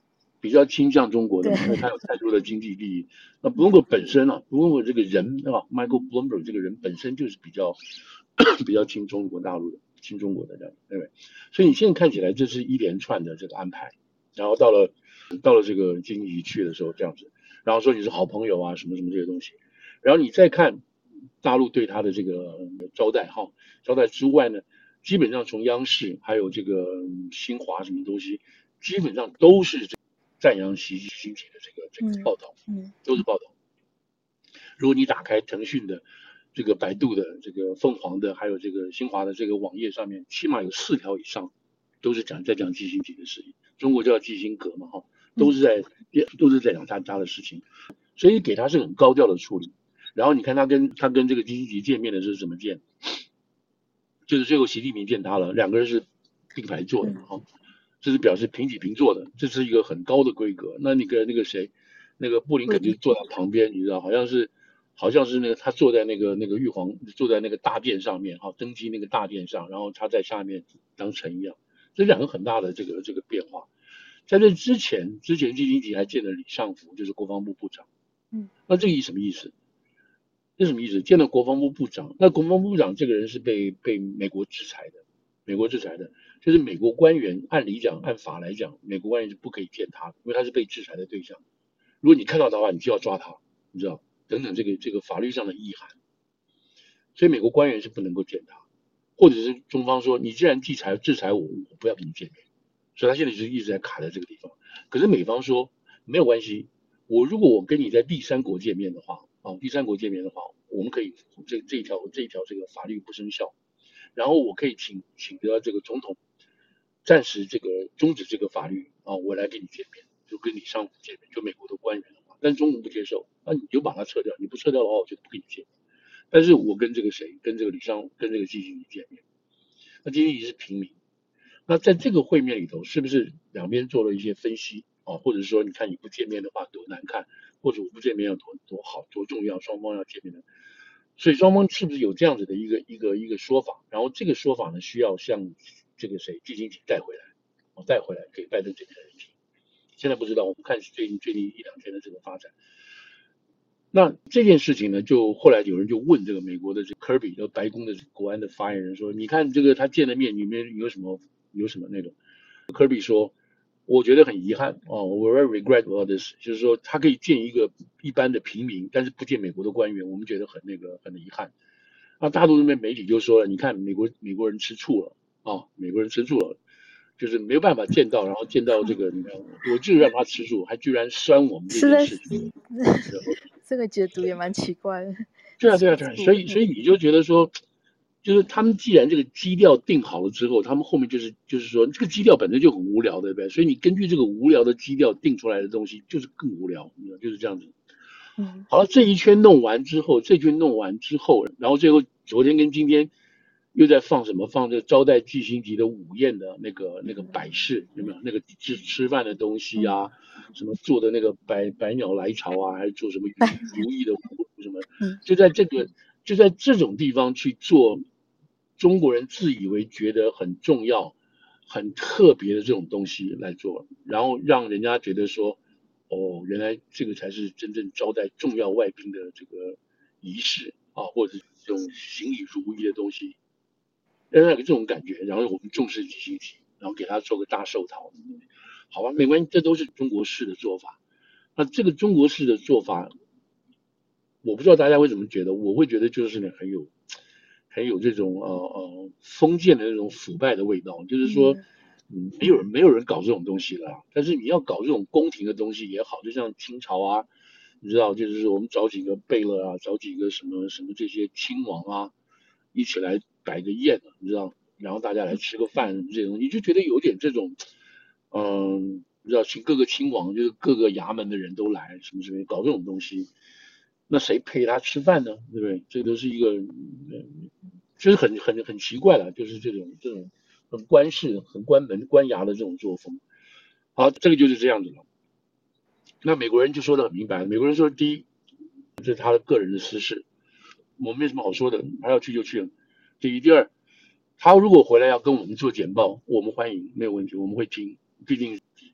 比较倾向中国的嘛，因为他有太多的经济利益。那 Bloomberg 本身啊 ，Bloomberg 这个人啊 ，Michael Bloomberg 这个人本身就是比较比较亲中国大陆的，亲中国的这样，对不对？所以你现在看起来这是一连串的这个安排，然后到了到了这个经济局去的时候这样子，然后说你是好朋友啊，什么什么这些东西，然后你再看大陆对他的这个招待哈，招待之外呢，基本上从央视还有这个新华什么东西，基本上都是赞扬习近平的这个这个报道， 嗯， 都是报道。如果你打开腾讯的、这个百度的、这个凤凰的，还有这个新华的这个网页上面，起码有四条以上都是讲在讲基辛格的事情。中国叫基辛格嘛，哈，都是在都是在讲他他的事情，所以给他是很高调的处理。然后你看他跟他跟这个基辛格见面的时候怎么见，就是最后习近平见他了，两个人是并排坐的嘛，哈，这是表示平起平坐的，这是一个很高的规格。那那个那个谁，那个布林肯就坐在旁边，你知道，好像是好像是那个他坐在那个那个玉皇坐在那个大殿上面，哈，登基那个大殿上，然后他在下面当臣一样，这两个很大的这个这个变化。在这之前，之前基辛格还见了李尚福，就是国防部部长， 嗯， 那这个意什么意思？这什么意思？见了国防部部长，那国防部部长这个人是被被美国制裁的，美国制裁的，就是美国官员按理讲，按法来讲，美国官员是不可以见他的，因为他是被制裁的对象。如果你看到他的话，你就要抓他，你知道，等等这个这个法律上的意涵。所以美国官员是不能够见他，或者是中方说，你既然制裁制裁我，我不要跟你见面。所以他现在就是一直在卡在这个地方。可是美方说没有关系，我如果我跟你在第三国见面的话，啊，第三国见面的话，我们可以这这一条这一条这个法律不生效，然后我可以请请得这个总统暂时这个终止这个法律啊，我来跟你见面，就跟李尚福见面，就美国的官员的话，但是中国不接受，那你就把它撤掉，你不撤掉的话，我就不跟你见面。但是我跟这个谁，跟这个李尚，跟这个基辛格见面，那基辛格是平民。那在这个会面里头，是不是两边做了一些分析啊？或者说，你看你不见面的话多难看，或者我不见面要多多好多重要，双方要见面的，所以双方是不是有这样子的一个一个一个说法？然后这个说法呢，需要向这个谁基辛格带回来，哦，带回来给拜登这边人听。现在不知道，我们看最近最近一两天的这个发展。那这件事情呢，就后来有人就问这个美国的这个 Kirby 的白宫的国安的发言人说，你看这个他见了面，里面有什么有什么那种 ？Kirby 说，我觉得很遗憾哦，我 very regret about this，就是说他可以见一个一般的平民，但是不见美国的官员，我们觉得很那个很遗憾。那大陆那边媒体就说了，你看美国美国人吃醋了啊、哦，美国人吃醋了。就是没有办法见到，然后见到这个，你看，我就让他吃醋，还居然酸我们这件事情。 这个解读也蛮奇怪的。 对啊，对啊，对啊，所以所以你就觉得说，就是他们既然这个基调定好了之后，他们后面就是就是说，这个基调本身就很无聊，对不对？所以你根据这个无聊的基调定出来的东西，就是更无聊，就是这样子。 嗯， 好了，这一圈弄完之后，这圈弄完之后，然后最后昨天跟今天又在放什么？放这招待基辛格的午宴的那个那个摆饰，有没有？那个吃吃饭的东西啊，什么做的那个百百鸟来巢啊，还是做什么如意的什么？就在这个就在这种地方去做中国人自以为觉得很重要、很特别的这种东西来做，然后让人家觉得说。哦，原来这个才是真正招待重要外宾的这个仪式啊，或者是这种行礼如仪的东西，让人有这种感觉。然后我们重视基辛格，然后给他做个大寿桃，好吧，没关系，这都是中国式的做法。那这个中国式的做法，我不知道大家会怎么觉得，我会觉得就是呢很有很有这种呃呃封建的那种腐败的味道，就是说。嗯，没有人没有人搞这种东西了，但是你要搞这种宫廷的东西也好，就像清朝啊，你知道，就是我们找几个贝勒啊，找几个什么什么这些亲王啊，一起来摆个宴，你知道，然后大家来吃个饭，这种你就觉得有点这种，嗯，你知道，请各个亲王，就是各个衙门的人都来，什么什么搞这种东西，那谁陪他吃饭呢？对不对？这都是一个，嗯，就是很很很奇怪了，就是这种这种。很官式、很关门、关衙的这种作风。好，这个就是这样子了。那美国人就说的很明白，美国人说，第一，这是他的个人的私事，我们没什么好说的，他要去就去了。第一，第二，他如果回来要跟我们做简报，我们欢迎，没有问题，我们会听，毕竟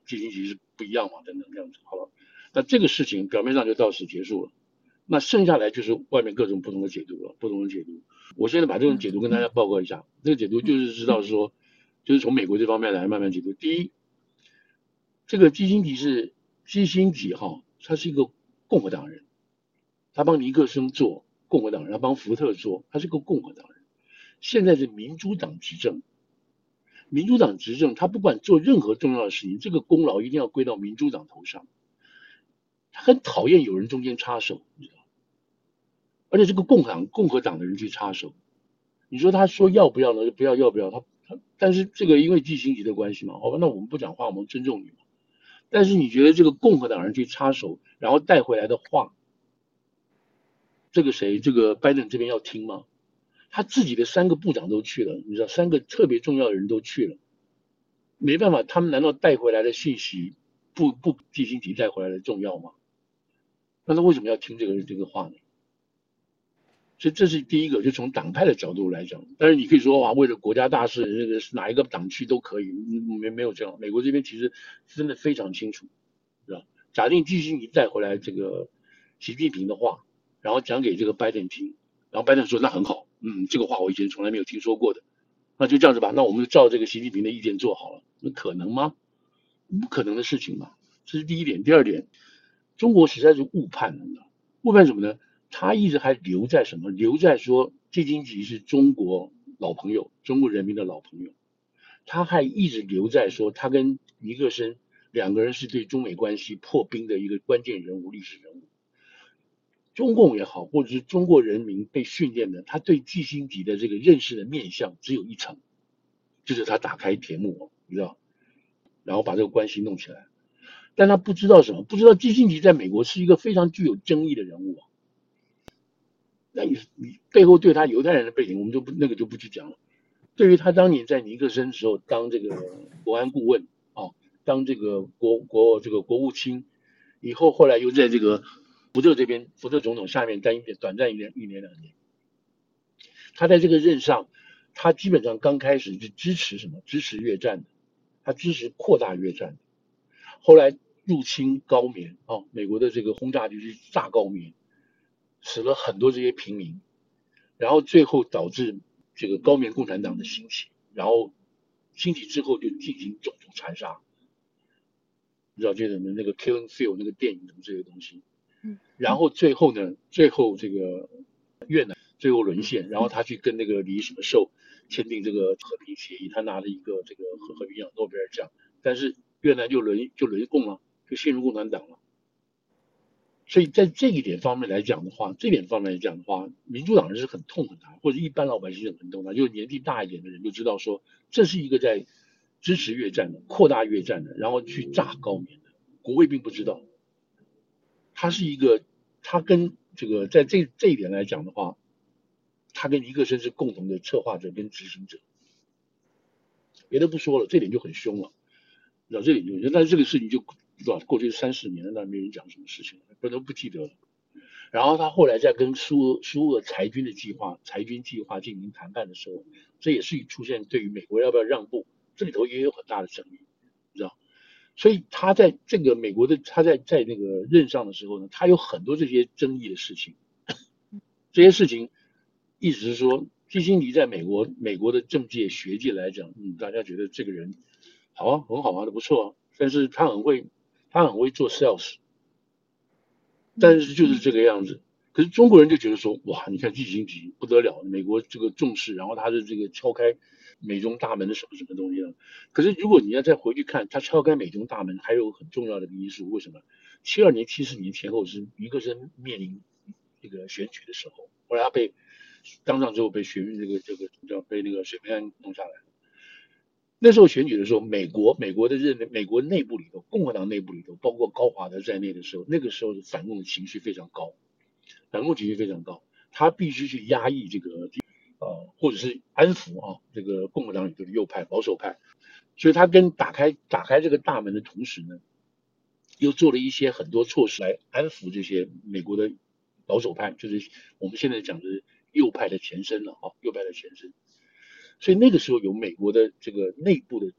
基辛格是不一样嘛，等等这样子。好了，那这个事情表面上就到此结束了。那剩下来就是外面各种不同的解读了，不同的解读。我现在把这种解读跟大家报告一下。这个解读就是知道说，就是从美国这方面来慢慢解读。第一，这个基辛格是基辛格哈，他是一个共和党人，他帮尼克松做共和党人，他帮福特做，他是个共和党人。现在是民主党执政，民主党执政，他不管做任何重要的事情，这个功劳一定要归到民主党头上。他很讨厌有人中间插手，你知道，而且这个共党共和党的人去插手，你说他说要不要呢？不要要不要？他他，但是这个因为季辛吉的关系嘛，好吧，那我们不讲话，我们尊重你嘛。但是你觉得这个共和党人去插手，然后带回来的话，这个谁，这个拜登这边要听吗？他自己的三个部长都去了，你知道，三个特别重要的人都去了，没办法，他们难道带回来的信息不不季辛吉带回来的重要吗？那他为什么要听这个这个话呢？所以这是第一个，就从党派的角度来讲。但是你可以说哇，为了国家大事，那个是哪一个党区都可以，没没有这样。美国这边其实真的非常清楚，是吧？假定季辛吉带回来这个习近平的话，然后讲给这个拜登听，然后拜登说那很好，嗯，这个话我以前从来没有听说过的，那就这样子吧，那我们就照这个习近平的意见做好了，那可能吗？不可能的事情嘛。这是第一点。第二点，中国实在是误判了，误判什么呢？他一直还留在什么？留在说季辛吉是中国老朋友，中国人民的老朋友。他还一直留在说他跟尼克森两个人是对中美关系破冰的一个关键人物、历史人物。中共也好，或者是中国人民被训练的，他对季辛吉的这个认识的面向只有一层，就是他打开铁幕，你知道，然后把这个关系弄起来。但他不知道什么，不知道季辛吉在美国是一个非常具有争议的人物啊。那你你背后对他犹太人的背景，我们就不那个就不去讲了。对于他当年在尼克森时候当这个国安顾问啊，当这个国国这个国务卿，以后后来又在这个福特这边福特总统下面待一点短暂一年一年两年，他在这个任上，他基本上刚开始是支持什么？支持越战的，他支持扩大越战的。后来入侵高棉啊，美国的这个轰炸机去炸高棉，死了很多这些平民，然后最后导致这个高棉共产党的兴起，然后兴起之后就进行种族残杀，你知道这个那个 Killing Field 那个电影什么这些东西，然后最后呢，最后这个越南最后沦陷，然后他去跟那个李什么寿签订这个和平协议，他拿了一个这个和和平奖诺贝尔奖，但是越南就沦就沦共了，就陷入共产党了。所以在这一点方面来讲的话，这点方面来讲的话，民主党人是很痛恨他，或者一般老百姓是很痛恨他，就是年纪大一点的人就知道说，这是一个在支持越战的、扩大越战的，然后去炸高棉的。国会并不知道，他是一个，他跟这个在这这一点来讲的话，他跟尼克森是共同的策划者跟执行者。别的不说了，这点就很凶了，知道这点就，但是这个事情就对吧？过去三十年了，那没人讲什么事情了，不都不记得了。然后他后来在跟苏俄苏俄裁军的计划、裁军计划进行谈判的时候，这也是出现对于美国要不要让步，这里头也有很大的争议，你知道？所以他在这个美国的他在在那个任上的时候呢，他有很多这些争议的事情，这些事情意思是说，基辛格在美国美国的政界学界来讲，嗯，大家觉得这个人好啊，很好啊，不错啊，但是他很会他很会做 sales。但是就是这个样子。可是中国人就觉得说，哇，你看季辛格不得了，美国这个重视，然后他的这个敲开美中大门的什么什么东西啊。可是如果你要再回去看，他敲开美中大门还有很重要的因素，为什么？七二年、七四年前后是尼克森面临这个选举的时候，后来他被当上之后被选这个这个叫被那个水门案弄下来。那时候选举的时候，美国美国的任美国内部里头，共和党内部里头，包括高华德在内的时候，那个时候的反共的情绪非常高，反共情绪非常高，他必须去压抑这个呃，或者是安抚啊这个共和党里头的右派保守派，所以他跟打开打开这个大门的同时呢，又做了一些很多措施来安抚这些美国的保守派，就是我们现在讲的右派的前身了啊，右派的前身。所以那个时候有美国的这个内部的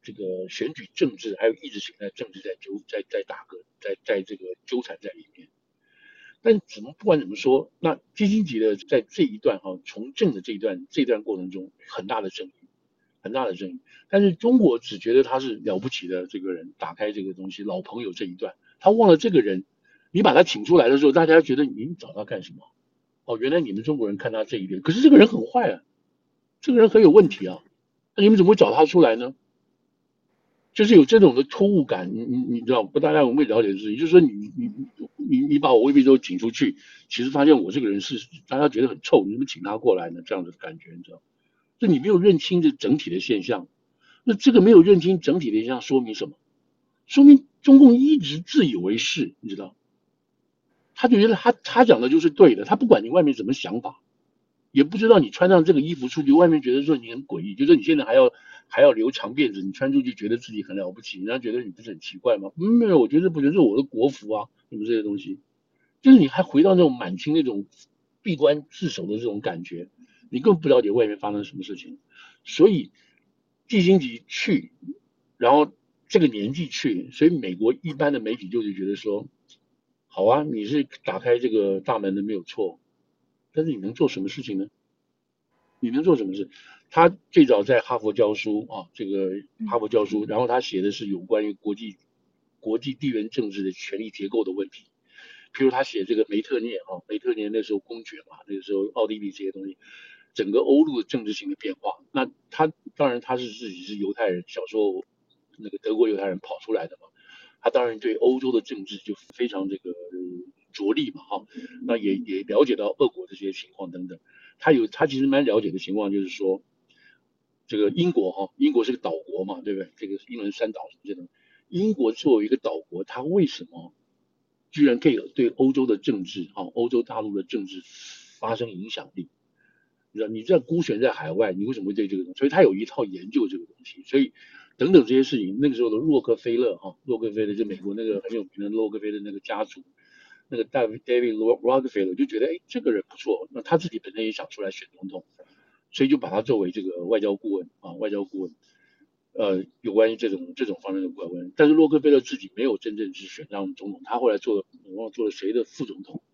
这个选举政治还有意识形态政治在纠在在打个在在这个纠缠在里面。但怎么不管怎么说，那基辛格的在这一段哈从政的这一段这一段过程中很大的争议，很大的争议。但是中国只觉得他是了不起的这个人，打开这个东西老朋友这一段，他忘了这个人，你把他请出来的时候，大家觉得你找他干什么？哦，原来你们中国人看他这一点，可是这个人很坏啊，这个人很有问题啊，那你们怎么会找他出来呢？就是有这种的突兀感，你你你知道不？大家有没有了解的事情？就是说你你你你把我未必都请出去，其实发现我这个人是大家觉得很臭，你怎么请他过来呢？这样的感觉，你知道？就你没有认清这整体的现象，那这个没有认清整体的现象说明什么？说明中共一直自以为是，你知道？他就觉得他他讲的就是对的，他不管你外面什么想法，也不知道你穿上这个衣服出去，外面觉得说你很诡异，就是你现在还要还要留长辫子，你穿出去觉得自己很了不起，人家觉得你不是很奇怪吗？嗯，没有，我觉得不觉得是我的国服啊，什么这些东西，就是你还回到那种满清那种闭关自守的这种感觉，你根本不了解外面发生什么事情，所以季辛吉去，然后这个年纪去，所以美国一般的媒体就是觉得说，好啊，你是打开这个大门的没有错，但是你能做什么事情呢？你能做什么事？他最早在哈佛教书啊，这个哈佛教书，然后他写的是有关于国际国际地缘政治的权力结构的问题。譬如他写这个梅特涅啊，梅特涅那时候公爵嘛，那个时候奥地利这些东西，整个欧陆的政治性的变化。那他当然他是自己是犹太人，小时候那个德国犹太人跑出来的嘛，他当然对欧洲的政治就非常这个着力嘛，哈，那也也了解到俄国的这些情况等等。他有他其实蛮了解的情况，就是说这个英国哈，英国是个岛国嘛，对不对？这个英伦三岛什么这种，英国作为一个岛国，它为什么居然可以对欧洲的政治啊，欧洲大陆的政治发生影响力？你知道，你这样孤悬在海外，你为什么会对这个东西？所以他有一套研究这个东西，所以等等这些事情，那个时候的洛克菲勒哈，洛克菲勒就美国那个很有名的洛克菲勒那个家族，那个 David David Rockefeller 就觉得，哎，这个人不错，那他自己本身也想出来选总统，所以就把他作为这个外交顾问啊，外交顾问，呃，有关于这种这种方面的顾问。但是洛克菲勒自己没有真正是选上总统，他后来做了，我忘了做了谁的副总统，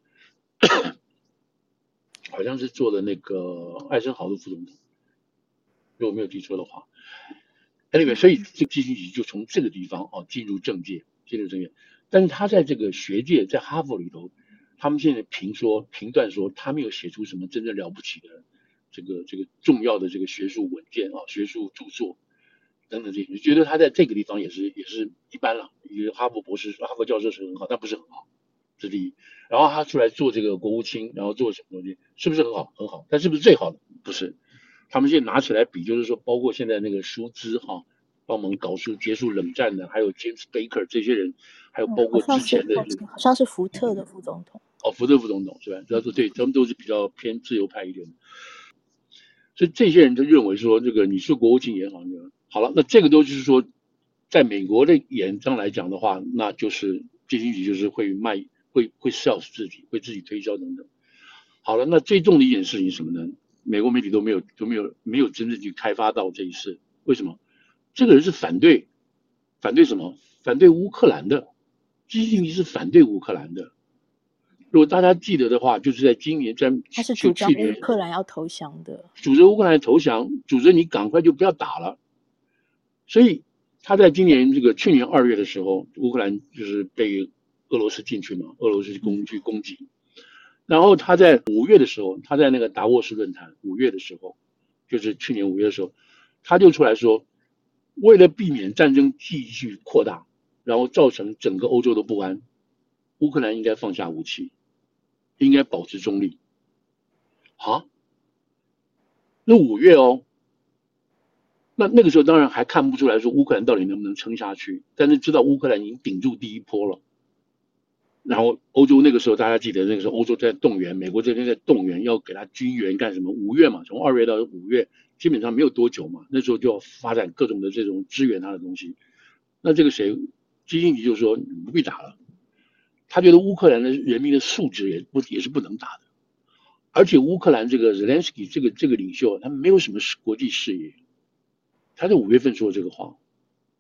好像是做了那个艾森豪的副总统，如果没有记错的话。Anyway，所以这基辛格就从这个地方啊进入政界，进入政界。但是他在这个学界，在哈佛里头，他们现在评说评断说他没有写出什么真正了不起的这个这个重要的这个学术文件啊、学术著作等等这些，觉得他在这个地方也是也是一般了。一个哈佛博士、哈佛教授是很好，但不是很好，这是第一。然后他出来做这个国务卿，然后做什么东西，是不是很好？很好，但是不是最好的？不是。他们现在拿起来比，就是说，包括现在那个舒兹哈，帮忙搞出结束冷战的，还有 James Baker 这些人，还有包括之前的这个好像是福特的副总统。 哦，福特副总统是吧？主要是对，他们都是比较偏自由派一点的，所以这些人就认为说，这个你是国务卿也好，好了，那这个都就是说，在美国的眼上来讲的话，那就是基辛格就是会卖，会会 sell 自己，会自己推销等等。好了，那最重的一件事情是什么呢？美国媒体都没有都没有没有真正去开发到这一事，为什么？这个人是反对反对什么？反对乌克兰的，基辛格是反对乌克兰的。如果大家记得的话，就是在今年在他是主张乌去年克兰要投降的， 主张乌克兰投降，主张你赶快就不要打了。所以他在今年这个去年二月的时候，乌克兰就是被俄罗斯进去嘛，俄罗斯攻去攻击。然后他在五月的时候，他在那个达沃斯论坛，五月的时候，就是去年五月的时候，他就出来说，为了避免战争继续扩大，然后造成整个欧洲的不安，乌克兰应该放下武器，应该保持中立。啊，那五月哦，那那个时候当然还看不出来说乌克兰到底能不能撑下去，但是知道乌克兰已经顶住第一波了。然后欧洲那个时候，大家记得那个时候欧洲在动员，美国这边在动员，要给他军援干什么？五月嘛，从二月到五月，基本上没有多久嘛，那时候就要发展各种的这种支援他的东西。那这个谁，基辛格就说你不必打了，他觉得乌克兰的人民的素质也不也是不能打的，而且乌克兰这个 Zelensky 这个这个领袖，他没有什么国际视野，他在五月份说这个话。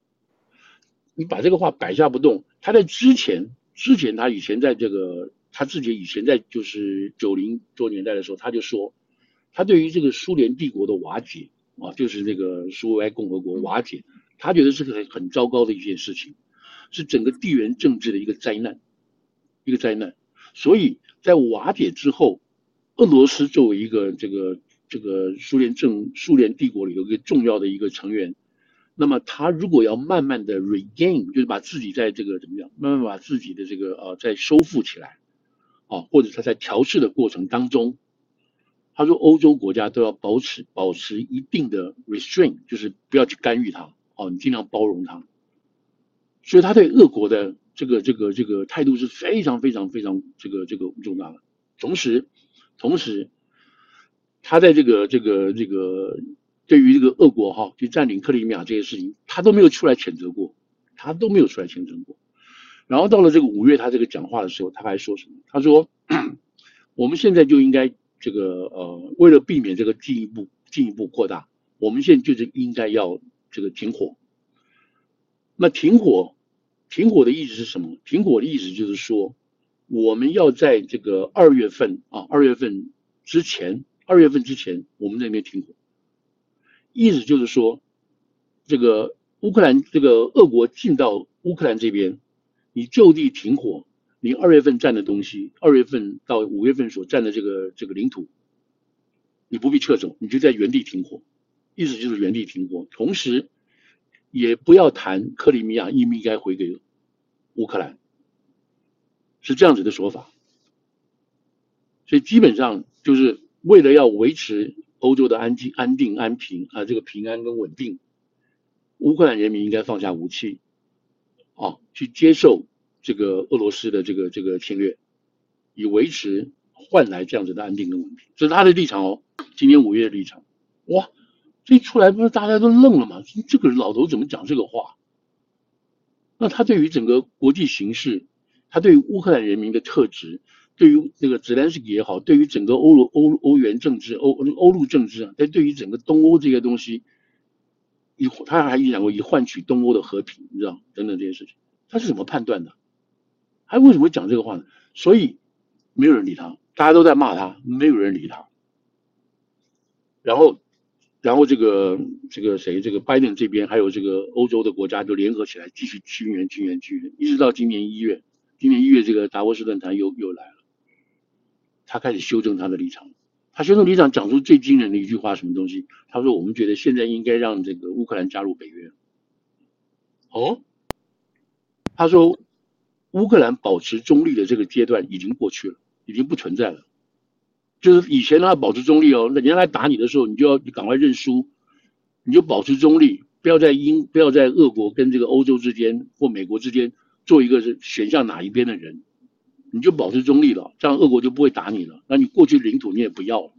你把这个话摆下不动。他在之前之前他以前在这个他自己以前在就是九零多年代的时候，他就说，他对于这个苏联帝国的瓦解啊，就是那个苏维埃共和国瓦解，他觉得是个很很糟糕的一件事情，是整个地缘政治的一个灾难，一个灾难。所以在瓦解之后，俄罗斯作为一个这个这个苏联政苏联帝国里有一个重要的一个成员，那么他如果要慢慢的 regain， 就是把自己在这个怎么样，慢慢把自己的这个呃再收复起来，啊，或者他在调试的过程当中，他说欧洲国家都要保持保持一定的 restraint， 就是不要去干预它，哦，你尽量包容它。所以他对俄国的这个这个这个态度是非常非常非常这个这个重大的。同时，同时，他在这个这个这个对于这个俄国哈去占领克里米亚这些事情，他都没有出来谴责过，他都没有出来谴责过。然后到了这个五月，他这个讲话的时候，他还说什么？他说，我们现在就应该这个呃，为了避免这个进一步进一步扩大，我们现在就是应该要这个停火。那停火，停火的意思是什么？停火的意思就是说，我们要在这个二月份啊，二月份之前，二月份之前，我们那边停火。意思就是说，这个乌克兰这个俄国进到乌克兰这边，你就地停火，你二月份占的东西，二月份到五月份所占的这个这个领土，你不必撤走，你就在原地停火。意思就是原地停火，同时也不要谈克里米亚应不应该回给乌克兰，是这样子的说法。所以基本上就是为了要维持欧洲的安静、安定、安平啊，这个平安跟稳定，乌克兰人民应该放下武器，啊，去接受这个俄罗斯的这个这个侵略，以维持换来这样子的安定跟稳定，这是他的立场哦。今年五月的立场，哇，这一出来不是大家都愣了吗？这个老头怎么讲这个话？那他对于整个国际形势，他对于乌克兰人民的特质，对于那个泽连斯基也好，对于整个欧罗欧欧元政治、欧欧陆政治啊，但对于整个东欧这些东西，以他还讲过以换取东欧的和平，你知道等等这些事情，他是怎么判断的？他为什么会讲这个话呢？所以没有人理他，大家都在骂他，没有人理他。然后，然后这个这个谁，这个拜登这边还有这个欧洲的国家就联合起来继续军援、军援、军援，一直到今年一月。今年一月这个达沃斯论坛又又来了，他开始修正他的立场。他修正立场讲出最惊人的一句话，什么东西？他说：“我们觉得现在应该让这个乌克兰加入北约。”哦，他说乌克兰保持中立的这个阶段已经过去了，已经不存在了。就是以前他保持中立哦，那人家来打你的时候，你就要你赶快认输，你就保持中立，不要在英不要在俄国跟这个欧洲之间或美国之间做一个是选向哪一边的人，你就保持中立了，这样俄国就不会打你了。那你过去领土你也不要了。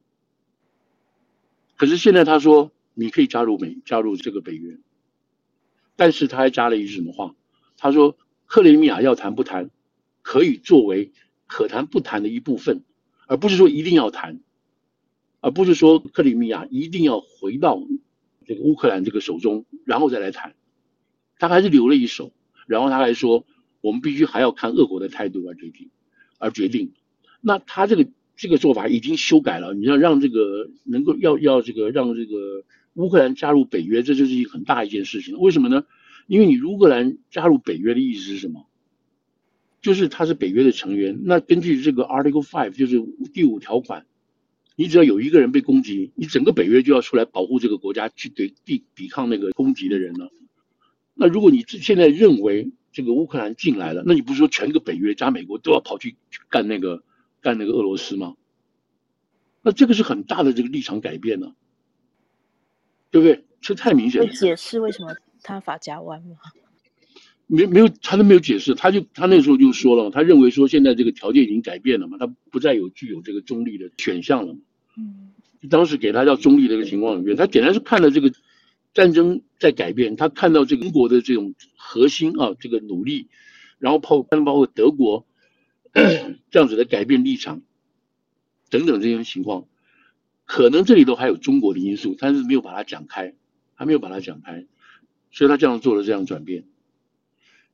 可是现在他说你可以加入美加入这个北约，但是他还加了一句什么话？他说克里米亚要谈不谈，可以作为可谈不谈的一部分。而不是说一定要谈，而不是说克里米亚一定要回到这个乌克兰这个手中，然后再来谈。他还是留了一手，然后他还说，我们必须还要看俄国的态度而决定，而决定。那他这个这个做法已经修改了，你要让这个能够要要这个让这个乌克兰加入北约，这就是一个很大一件事情。为什么呢？因为你乌克兰加入北约的意思是什么？就是他是北约的成员，那根据这个 Article Five， 就是第五条款，你只要有一个人被攻击，你整个北约就要出来保护这个国家，去对抵抵抗那个攻击的人了。那如果你现在认为这个乌克兰进来了，那你不是说全个北约加美国都要跑去干那个干那个俄罗斯吗？那这个是很大的这个立场改变呢、啊，对不对？这太明显了。 会解释为什么他法夹弯吗？ 没没有，他都没有解释，他就他那时候就说了，他认为说现在这个条件已经改变了嘛，他不再有具有这个中立的选项了嘛。嗯，当时给他叫中立的一个情况里面，他简单是看了这个战争在改变，他看到这个英国的这种核心啊，这个努力，然后包包括德国这样子的改变立场等等这些情况，可能这里头还有中国的因素，但是没有把它讲开，还没有把它讲开，所以他这样做了这样转变。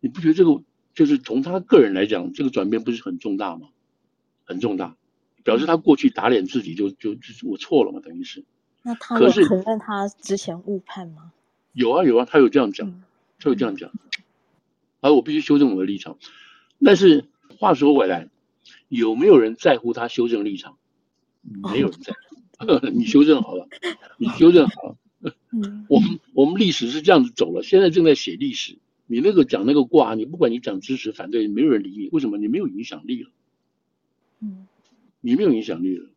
你不觉得这个就是从他个人来讲，这个转变不是很重大吗？很重大，表示他过去打脸自己就就就我错了嘛，等于是。 那他可是有承认他之前误判吗？ 有啊有啊，他有这样讲， 嗯他有这样讲。而我必须修正我的立场。但是话说回来，有没有人在乎他修正立场？没有人在乎。你修正好了，你修正好了。 嗯我们我们历史是这样子走了，现在正在写历史。你那个讲那个卦，你不管你讲支持反对，没有人理你。为什么？你没有影响力了， 嗯你没有影响力了。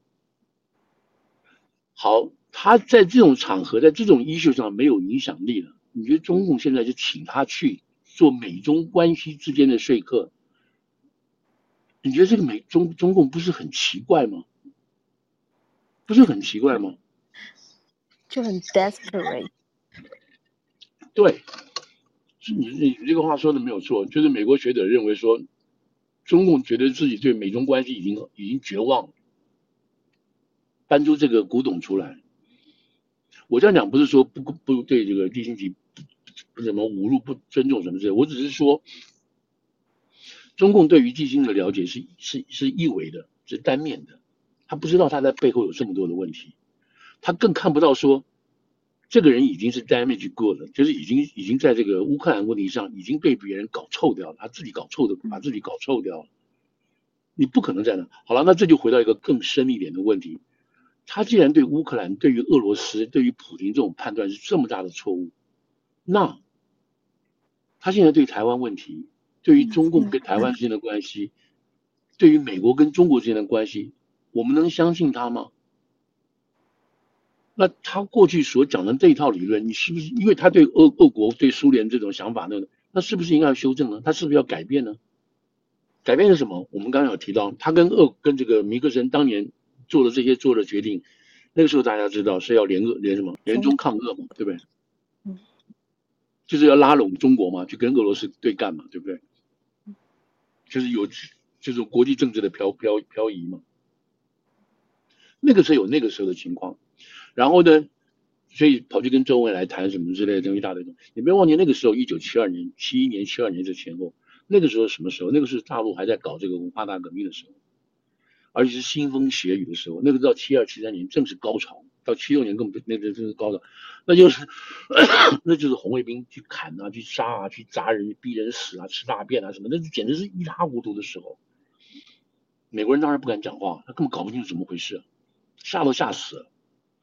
好，他在这种场合，在这种 issue 上没有影响力了。你觉得中共现在就请他去做美中关系之间的说客？你觉得这个美中中共不是很奇怪吗？不是很奇怪吗？ 就很 desperate。 对，你你这个话说的没有错，就是美国学者认为说，中共觉得自己对美中关系已经已经绝望了，搬出这个古董出来。我这样讲不是说不不对这个地心级不什么侮辱、不尊重什么之类，我只是说，中共对于地心的了解是是是一维的，是单面的，他不知道他在背后有这么多的问题，他更看不到说。这个人已经是 damage good 了，就是已经已经在这个乌克兰问题上已经被别人搞臭掉了，他自己搞臭的，把自己搞臭掉了。你不可能这样。好了，那这就回到一个更深一点的问题：他既然对乌克兰、对于俄罗斯、对于普京这种判断是这么大的错误，那他现在对台湾问题、对于中共跟台湾之间的关系、对于美国跟中国之间的关系，我们能相信他吗？那他过去所讲的这一套理论，你是不是因为他对俄俄国、对苏联这种想法呢？那是不是应该要修正呢？他是不是要改变呢？改变是什么？我们刚刚有提到，他跟俄跟这个尼克森当年做的这些做的决定，那个时候大家知道是要联俄联什么？联中抗俄嘛，对不对？ 嗯， 就是要拉拢中国嘛，去跟俄罗斯对干嘛，对不对？就是有就是国际政治的漂漂漂移嘛。那个时候有那个时候的情况。然后呢，所以跑去跟周恩来谈什么之类的这么一大堆东西。你不要忘记那个时候，一九七二年、七一年、七二年这前后，那个时候什么时候？那个是大陆还在搞这个文化大革命的时候，而且是腥风血雨的时候。那个到七二、七三年正是高潮，到七六年更不那个真是高潮，那就是那就是红卫兵去砍啊、去杀啊、去砸人、逼人死啊、吃大便啊什么，那简直是一塌糊涂的时候。美国人当然不敢讲话，他根本搞不清楚怎么回事，吓都吓死了。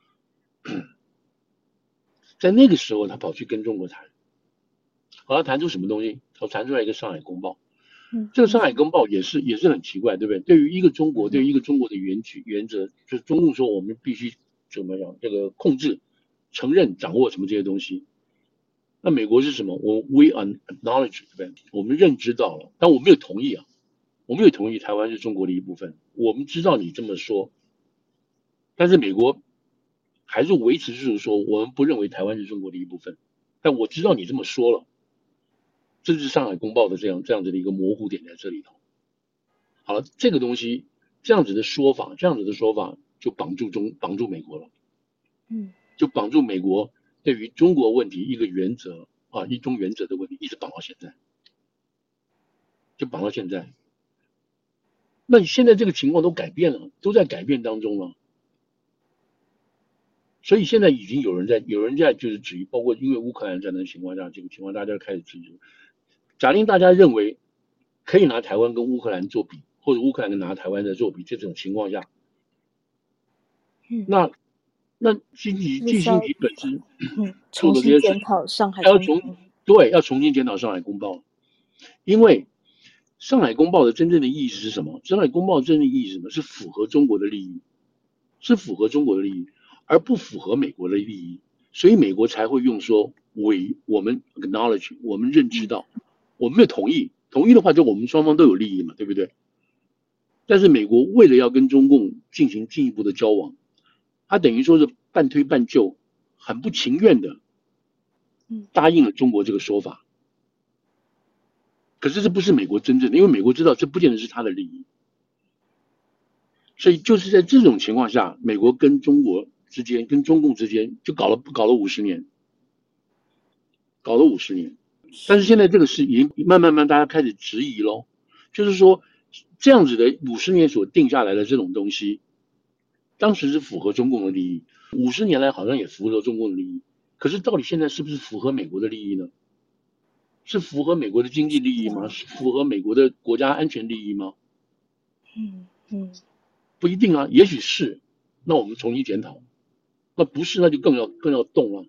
在那个时候，他跑去跟中国谈，好，他谈出什么东西？他谈出来一个《上海公报》。 嗯， 这个《上海公报》也是也是很奇怪，对不对？对于一个中国，对于一个中国的原局原则，就是中共说我们必须怎么样这个控制、承认、掌握什么这些东西。那美国是什么？我 we acknowledge， 对不对？我们认知到了，但我没有同意啊，我没有同意台湾是中国的一部分。我们知道你这么说，但是美国还是维持就是说，我们不认为台湾是中国的一部分。但我知道你这么说了，这是上海公报的这样这样子的一个模糊点在这里头。好了，这个东西这样子的说法，这样子的说法就绑住中绑住美国了， 嗯， 就绑住美国对于中国问题一个原则啊，一中原则的问题，一直绑到现在，就绑到现在。那你现在这个情况都改变了，都在改变当中了。所以现在已经有人在，有人在就是质疑，包括因为乌克兰战争的情况下，这个情况大家开始质疑。假定大家认为可以拿台湾跟乌克兰做比，或者乌克兰跟拿台湾在做比，这种情况下， 嗯， 那那经济季新体本身嗯做重新的这些事情， 检讨上海要公报。 从对要重新检讨上海公报，因为上海公报的真正的意义是什么？上海公报的真正的意义是什么？是符合中国的利益，是符合中国的利益，而不符合美国的利益，所以美国才会用说为我们 acknowledge， 我们认知到，我们没有同意，同意的话就我们双方都有利益嘛，对不对？但是美国为了要跟中共进行进一步的交往，他等于说是半推半就，很不情愿的答应了中国这个说法。可是这不是美国真正的，因为美国知道这不见得是他的利益，所以就是在这种情况下，美国跟中国之间、跟中共之间就搞了搞了五十年，搞了五十年。 但是现在这个事已经慢慢慢大家开始质疑咯，就是说这样子的五十年所定下来的这种东西，当时是符合中共的利益，五十年来好像也符合中共的利益，可是到底现在是不是符合美国的利益呢？是符合美国的经济利益吗？是符合美国的国家安全利益吗？ 嗯嗯， 不一定啊，也许是，那我们重新检讨；那不是，那就更要更要动了，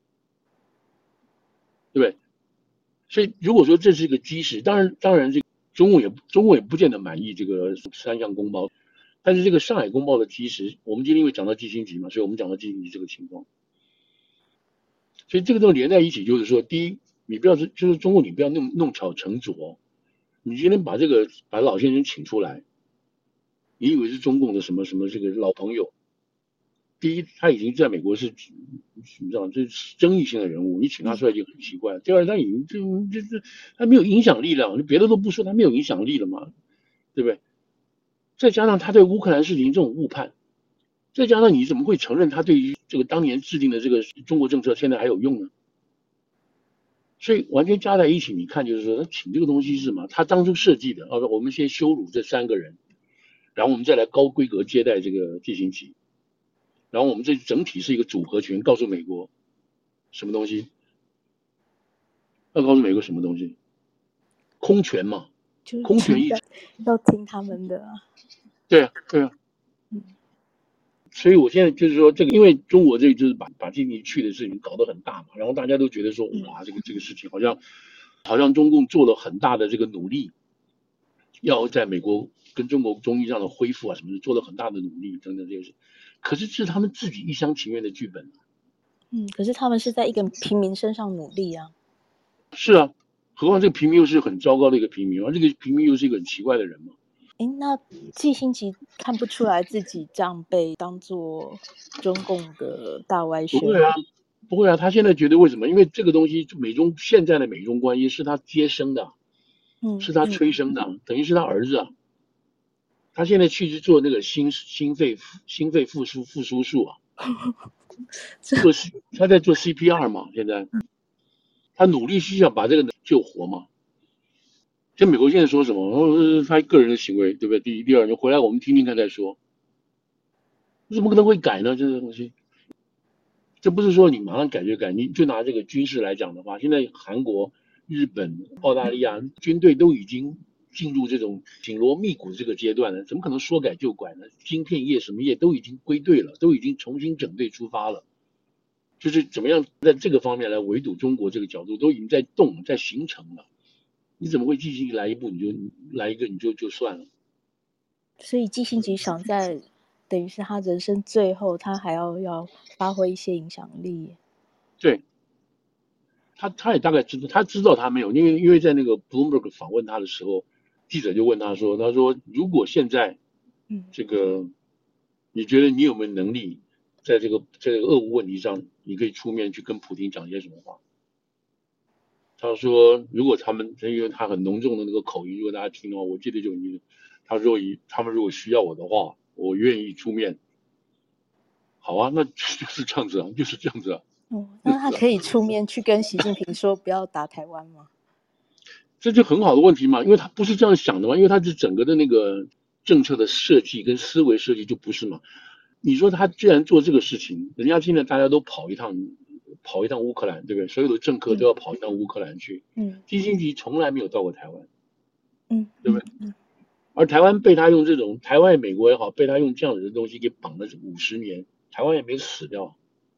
对不对？所以如果说这是一个基石，当然当然这个中共也中共也不见得满意这个三项公报，但是这个上海公报的基石，我们今天因为讲到季辛吉嘛，所以我们讲到季辛吉这个情况，所以这个都连在一起，就是说，第一，你不要是就是中共，你不要弄弄巧成拙，你今天把这个把老先生请出来，你以为是中共的什么什么这个老朋友？第一，他已经在美国是，你知道这是争议性的人物，你请他出来就很奇怪。第二，他已经就就是他没有影响力了，你别的都不说，他没有影响力了嘛，对不对？再加上他对乌克兰事情这种误判，再加上你怎么会承认他对于这个当年制定的这个中国政策现在还有用呢？所以完全加在一起，你看就是说，他请这个东西是什么？他当初设计的，啊，我们先羞辱这三个人，然后我们再来高规格接待这个季辛吉。然后我们这整体是一个组合拳，告诉美国什么东西？要告诉美国什么东西？空拳嘛，空拳一要要听他们的、啊。 对啊，对啊。嗯，所以我现在就是说，这个因为中国这个就是把把经济去的事情搞得很大嘛，然后大家都觉得说，哇，这个这个事情好像好像中共做了很大的这个努力，要在美国跟中国中医上的恢复啊什么的，做了很大的努力等等这些事，可是是他们自己一厢情愿的剧本。 嗯，可是他们是在一个平民身上努力啊。 是啊，何况这个平民又是很糟糕的一个平民，而这个平民又是一个很奇怪的人嘛。 哎，那季辛吉看不出来自己这样被当做中共的大外宣？ 不会啊，不会啊，他现在觉得为什么？因为这个东西美中现在的美中关系是他接生的， 嗯， 是他催生的，嗯、等于是他儿子啊。他现在去做那个心心肺心肺复苏复苏术啊，做他在做 C P R 嘛，现在他努力需要把这个救活嘛。像美国现在说什么？哦，他个人的行为，对不对？第一、第二，你回来我们听听看再说。怎么可能会改呢？这个东西，这不是说你马上改就改。你就拿这个军事来讲的话，现在韩国、日本、澳大利亚军队都已经进入这种紧锣密鼓的这个阶段了，怎么可能说改就改呢？晶片业什么业都已经归队了，都已经重新整队出发了。就是怎么样在这个方面来围堵中国这个角度都已经在动，在形成了。你怎么会继续来一步你就来一个你就就算了？ 所以季辛吉想在等于是他人生最后，他还要要发挥一些影响力。 对，他他也大概知道，他知道他没有，因为因为在那个 Bloomberg 访问他的时候，记者就问他说：“他说如果现在，这个你觉得你有没有能力在这个在这个俄乌问题上，你可以出面去跟普京讲些什么话？”他说：“如果他们，因为他很浓重的那个口音，如果大家听的话，我记得就你，他说以他们如果需要我的话，我愿意出面。好啊，那就是这样子啊，就是这样子啊。 哦，那他可以出面去跟习近平说不要打台湾吗？ 这就很好的问题嘛，因为他不是这样想的嘛，因为他是整个的那个政策的设计跟思维设计就不是嘛。你说他既然做这个事情，人家现在大家都跑一趟，跑一趟乌克兰，对不对？所有的政客都要跑一趟乌克兰去。嗯，基辛格从来没有到过台湾，嗯，对不对？嗯，而台湾被他用这种台湾美国也好，被他用这样子的东西给绑了五十年，台湾也没死掉。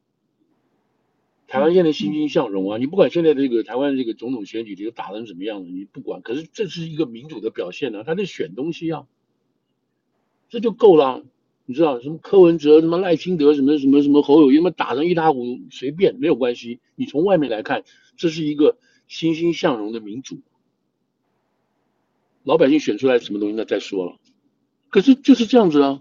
台湾现在欣欣向荣啊！你不管现在这个台湾这个总统选举这个打成怎么样了，你不管，可是这是一个民主的表现啊，他在选东西啊，这就够了。你知道什么柯文哲、什么赖清德、什么什么什么侯友宜，他妈打成一塌糊涂，随便没有关系。你从外面来看，这是一个欣欣向荣的民主。老百姓选出来什么东西，那再说了。可是就是这样子啊，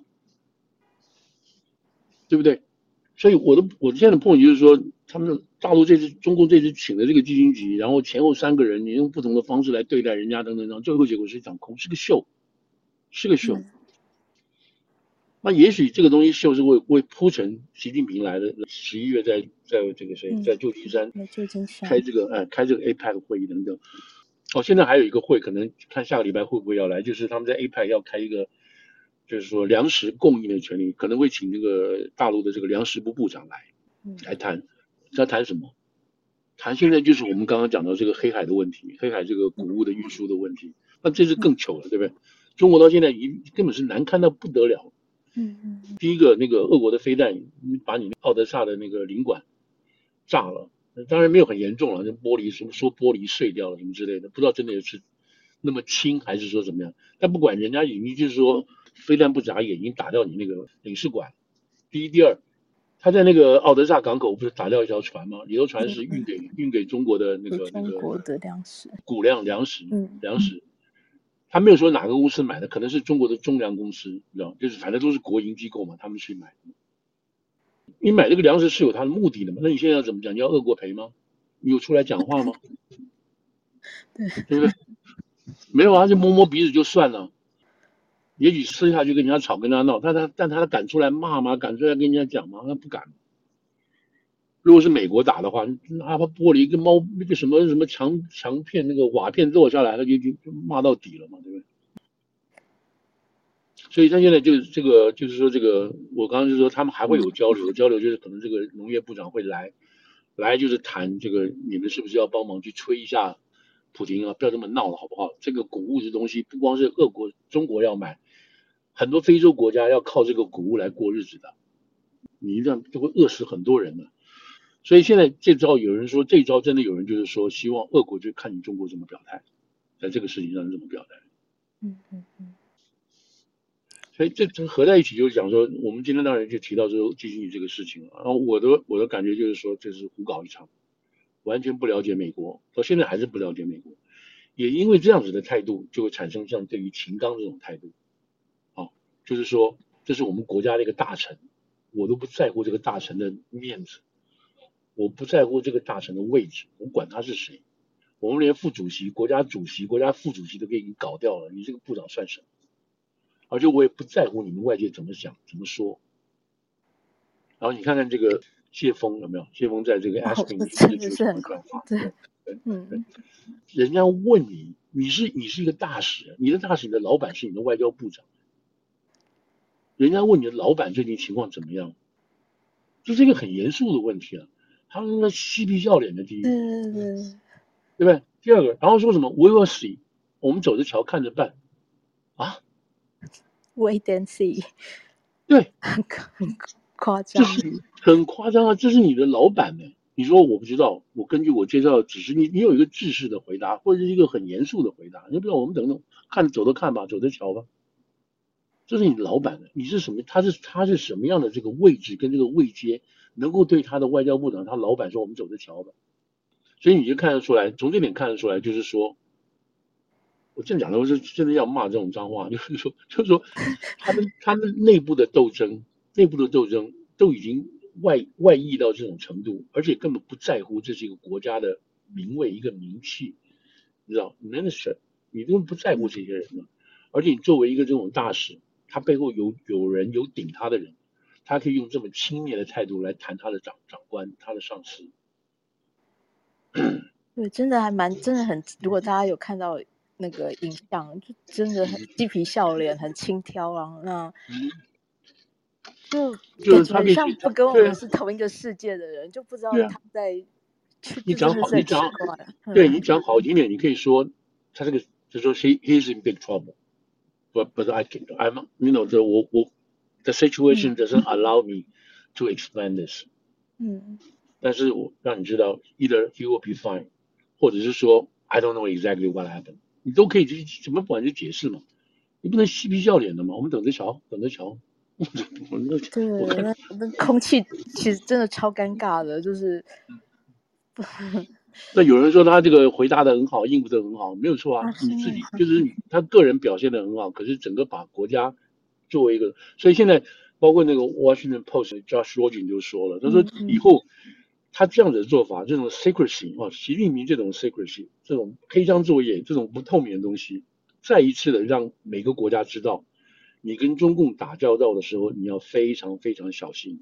对不对？所以我的我现在的 point 就是说，他们大陆这次中共这次请的这个基辛格，然后前后三个人，你用不同的方式来对待人家等等等，最后结果是一场空，是个秀，是个秀。 那也许这个东西就是会会铺成习近平来的十一月在在这个谁嗯， 在旧金山在旧金山开这个呃开这个 A P E C 会议等等。哦，现在还有一个会，可能看下个礼拜会不会要来，就是他们在 A P E C 要开一个，就是说粮食供应的权利，可能会请这个大陆的这个粮食部部长来来谈。他谈什么？谈现在就是我们刚刚讲到这个黑海的问题，黑海这个谷物的运输的问题。那这是更糗了，对不对？中国到现在已经根本是难看到不得了。 嗯嗯第一个，那个俄国的飞弹把你奥德萨的那个领馆炸了，当然没有很严重了，那玻璃什么说玻璃碎掉了什么之类的，不知道真的是那么轻还是说怎么样。但不管人家已经就是说飞弹不眨眼，已经打掉你那个领事馆。第一，第二，他在那个奥德萨港口不是打掉一条船吗？里头船是运给运给中国的那给个那个中国的粮食， 谷粮粮食嗯粮食。他没有说哪个公司买的，可能是中国的中粮公司，你知道，就是反正都是国营机构嘛，他们去买。你买这个粮食是有它的目的的嘛？那你现在要怎么讲？你要俄国赔吗？你有出来讲话吗？ 对对不对？没有啊，就摸摸鼻子就算了。也许私下去跟人家吵，跟人家闹，但他但他敢出来骂吗？敢出来跟人家讲吗？那不敢。如果是美国打的话，哪怕玻璃一个猫那个什么什么墙墙片那个瓦片落下来，他就就就骂到底了嘛，对不对？所以他现在就是这个，就是说这个，我刚刚就说他们还会有交流，交流就是可能这个农业部长会来，来就是谈这个，你们是不是要帮忙去催一下普京啊，不要这么闹了，好不好？这个谷物这东西不光是俄国、中国要买，很多非洲国家要靠这个谷物来过日子的，你这样就会饿死很多人的。所以现在这招有人说，这招真的有人就是说，希望俄国就看你中国怎么表态，在这个事情上怎么表态。 嗯嗯嗯， 所以这这合在一起就是讲说，我们今天当然就提到说基金宇这个事情了。然后我的我的感觉就是说，这是胡搞一场，完全不了解美国，到现在还是不了解美国。也因为这样子的态度，就会产生像对于秦刚这种态度，啊，就是说这是我们国家的一个大臣，我都不在乎这个大臣的面子，我不在乎这个大臣的位置，我管他是谁，我们连副主席、国家主席、国家副主席都给你搞掉了，你这个部长算什么？而且我也不在乎你们外界怎么想、怎么说。然后你看看这个谢峰有没有？谢峰在这个 Aspen 的真的就是很办法， 对， 对对， 嗯， 人家问你，你是你是一个大使，你的大使，你的老板是你的外交部长，人家问你的老板最近情况怎么样，这是一个很严肃的问题啊。他们那嬉皮笑脸的，第一， 对对对， 对不对？第二个，然后说什么 We will see，我们走着瞧，看着办啊。 wait and see， 对， 很很夸张， 这是很夸张啊！这是你的老板呢。你说我不知道，我根据我介绍的指示，你你有一个制式的回答，或者是一个很严肃的回答，你不知道我们等等看走着看吧，走着瞧吧。这是你的老板的，你是什么？他是他是什么样的这个位置跟这个位阶，能够对他的外交部长、他老板说我们走着瞧吧？所以你就看得出来，从这点看得出来，就是说，我正讲的，我是真的要骂这种脏话，就是说，就是说，他们他们内部的斗争，内部的斗争都已经外外溢到这种程度，而且根本不在乎这是一个国家的名位、一个名气，你知道 ，minister，你根本不在乎这些人嘛。而且你作为一个这种大使，他背后有有人有顶他的人，他可以用这么轻蔑的态度来谈他的长长官、他的上司。 对，真的还蛮真的很，如果大家有看到那个影像，就真的很嬉皮笑脸，很轻佻啊，那就就是感觉很他可以去， 像不跟我对啊， 们是同一个世界的人，就不知道对啊， 他在，就你讲好， 就真的是很奇你讲， 怪， 对嗯你讲好听点，你可以说他这个就说 he he is in big trouble，but but I can I'm you know the 我我 the 嗯 situation doesn't allow me to explain this， 嗯， 但是我让你知道 either he will be fine，或者是说 I don't know exactly what happened，你都可以去怎么管就解释嘛，你不能嬉皮笑脸的嘛，我们等着瞧，等着瞧。我那对， 我看那那空气其实真的超尴尬的，就是那有人说他这个回答的很好，应付的很好，没有错啊， 啊， 你自真的， 己就是你他个人表现的很好，可是整个把国家作为一个，所以现在包括那个 Washington Post Josh Rogin 就说了，他说嗯嗯以后他这样子的做法，这种 secrecy 啊，习近平这种 secrecy，这种黑箱作业，这种不透明的东西，再一次的让每个国家知道， 你跟中共打交道的时候，你要非常非常小心。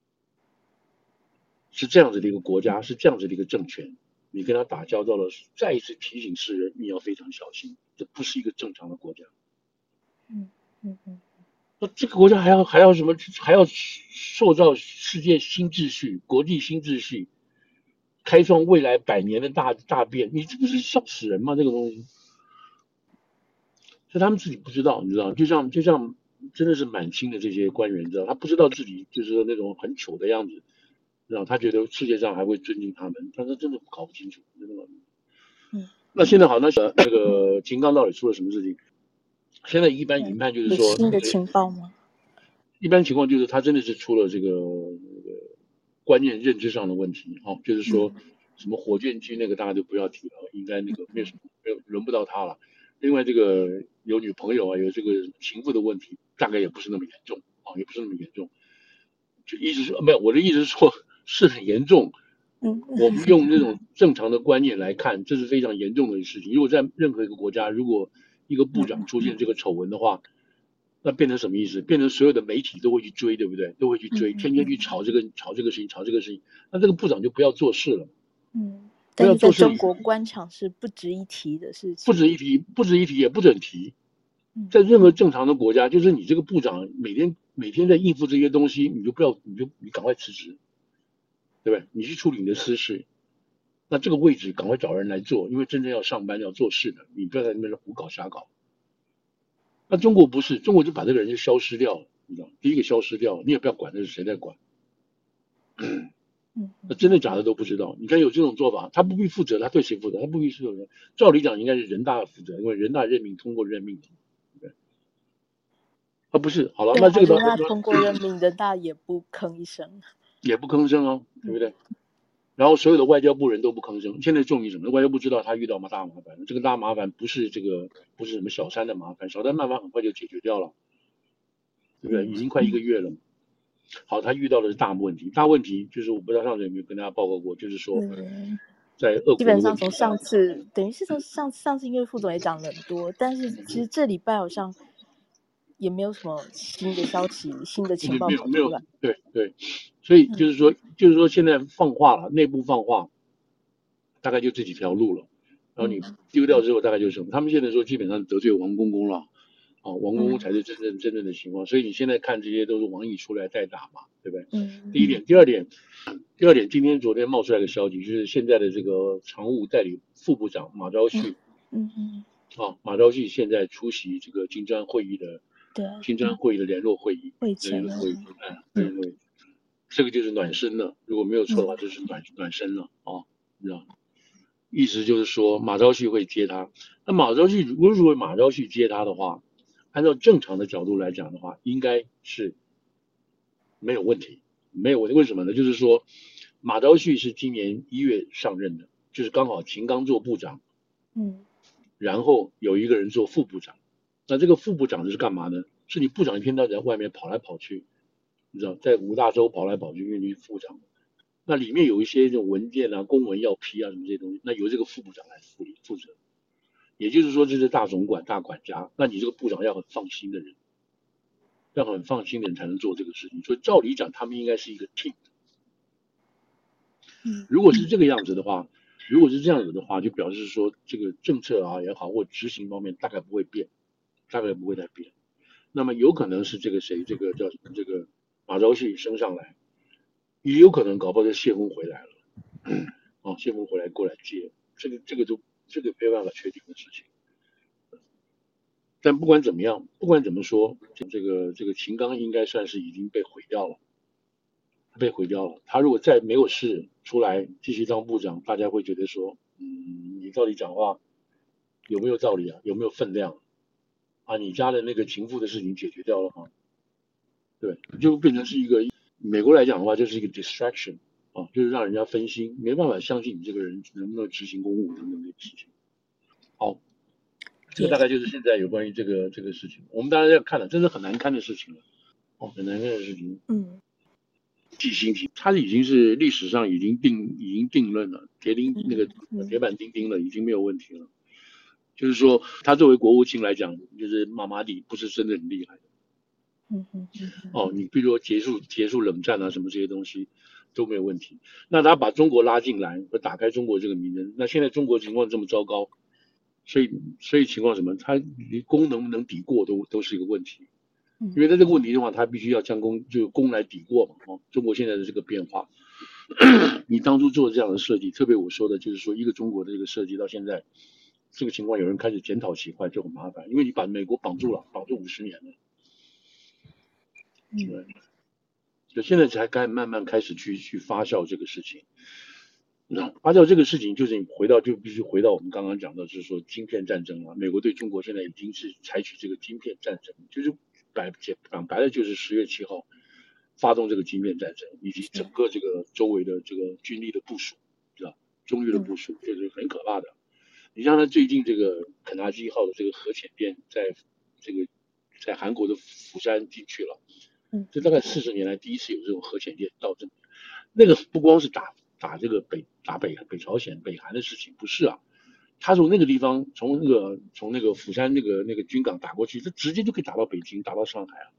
是这样子的一个国家，是这样子的一个政权，你跟他打交道了，再一次提醒世人，你要非常小心，这不是一个正常的国家。 嗯嗯嗯。 那这个国家还要还要什么？还要塑造世界新秩序、国际新秩序，开创未来百年的大大变，你这不是笑死人吗？这个东西，是他们自己不知道，你知道，就像就像真的是满清的这些官员，你知道，他不知道自己就是说那种很糗的样子，然后他觉得世界上还会尊敬他们，但他真的搞不清楚，真的搞不清楚。 嗯， 那现在好，那那个秦刚到底出了什么事情？现在一般研判就是有说， 新的情报吗？ 一般情况就是他真的是出了这个那个观念认知上的问题，哦，就是说什么火箭军那个大家就不要提了，应该那个没有什么没有轮不到他了。另外这个有女朋友啊，有这个情妇的问题，大概也不是那么严重，啊、也不是那么严重。就意思是没有，我的意思是说是很严重。 嗯我们用这种正常的观念来看，这是非常严重的事情。如果在任何一个国家，如果一个部长出现这个丑闻的话，那变成什么意思？变成所有的媒体都会去追，对不对？都会去追，天天去炒这个炒这个事情，炒这个事情。那这个部长就不要做事了。 嗯， 不要但是在做事中国官场是不值一提的事情。 不值一提，不值一提也不准提。 嗯在任何正常的国家，就是你这个部长每天每天在应付这些东西，你就不要，你就你赶快辞职，对不对？你去处理你的私事。那这个位置赶快找人来做，因为真正要上班要做事的，你不要在那边胡搞瞎搞。那中国不是，中国就把这个人就消失掉了，你知道，第一个消失掉，你也不要管那是谁在管， 嗯那真的假的都不知道。你看有这种做法，他不必负责，他对谁负责？他不必负责。照理讲应该是人大负责，因为人大任命通过任命，对不对？啊，不是，好了， 对啊， 那这个人大通过任命，人大也不吭一声。 也不吭声哦，对不对？然后所有的外交部人都不吭声，现在重于什么？外交部知道他遇到嘛大麻烦，这个大麻烦不是这个不是什么小三的麻烦，小三麻烦很快就解决掉了，对不对？已经快一个月了嘛。好，他遇到的是大问题，大问题就是我不知道上次有没有跟大家报告过，就是说嗯， 在俄基国的问题本上从上次等于是从上上次，因为副总也讲了很多，但是其实这礼拜好像也没有什么新的消息、新的情报没有没有跑出来。 对对，所以就是说就是说现在放话了，内部放话，大概就这几条路了。然后你丢掉之后，大概就是什么？他们现在说基本上得罪王公公了。啊，王公公才是真正真正的情况，所以你现在看这些都是王毅出来代打嘛，对不对？ 嗯， 第一点，第二点，第二点，今天昨天冒出来的消息就是现在的这个常务代理副部长马昭旭， 嗯嗯， 啊，马昭旭现在出席这个金砖会议的对， 金砖会议的联络会议， 会前联络会议，哎，联络会议，这个就是暖身了，如果没有错的话，就是暖暖身了啊，你知道。意思就是说马昭旭会接他，那马昭旭如果如果马昭旭接他的话，按照正常的角度来讲的话，应该是没有问题，没有问题。为什么呢？就是说马昭旭是今年一月上任的，就是刚好秦刚做部长， 嗯， 然后有一个人做副部长，那这个副部长是干嘛呢？是你部长一天到晚在外面跑来跑去，你知道，在五大洲跑来跑去，因为你是副长。那里面有一些这种文件啊、公文要批啊什么这些东西，那由这个副部长来负理负责。也就是说，这是大总管、大管家，那你这个部长要很放心的人，要很放心的人才能做这个事情。所以照理讲，他们应该是一个 team。如果是这个样子的话，如果是这样子的话，就表示说这个政策啊也好，或执行方面大概不会变，大概不会再变。那么有可能是这个谁，这个叫什么，这个马昭旭升上来，也有可能搞不好就谢峰回来了。哦，谢峰回来过来接，这个这个都这个没办法确定的事情。但不管怎么样，不管怎么说，这个这个秦刚应该算是已经被毁掉了，被毁掉了。他如果再没有事出来继续当部长，大家会觉得说，嗯，你到底讲话有没有道理啊？有没有分量啊？你家的那个情妇的事情解决掉了吗？对，就变成是一个美国来讲的话，就是一个 distraction 啊，就是让人家分心，没办法相信你这个人能不能执行公务等等这些事情。好，这个大概就是现在有关于这个这个事情，我们当然要看了，真是很难堪的事情了，哦，很难堪的事情。 嗯， 记星体，它已经是历史上已经定已经定论了，铁钉那个铁板钉钉了，已经没有问题了。就是说，他作为国务卿来讲，就是马马底不是真的很厉害的。 嗯嗯嗯哦，你比如说结束结束冷战啊，什么这些东西都没有问题。那他把中国拉进来，或打开中国这个名人，那现在中国情况这么糟糕，所以所以情况什么，它功能不能抵过都都是一个问题。因为在这个问题的话，它必须要将功就功来抵过嘛。哦，中国现在的这个变化，你当初做这样的设计，特别我说的就是说一个中国的这个设计到现在。这个情况有人开始检讨企划就很麻烦，因为你把美国绑住了，绑住五十年了，对，就现在才开慢慢开始去去发酵这个事情。那发酵这个事情，就是你回到就必须回到我们刚刚讲的，就是说晶片战争啊，美国对中国现在已经是采取这个晶片战争，就是白讲白了就是十月七号发动这个晶片战争，以及整个这个周围的这个军力的部署，知道中律的部署，这是很可怕的。你像他最近这个肯塔基号的这个核潜舰，在这个在韩国的釜山进去了，这大概四十年来第一次有这种核潜舰到这里。那个不光是打打这个北打北北朝鲜北韩的事情，不是啊，他从那个地方从那个从那个釜山那个那个军港打过去，他直接就可以打到北京，打到上海啊。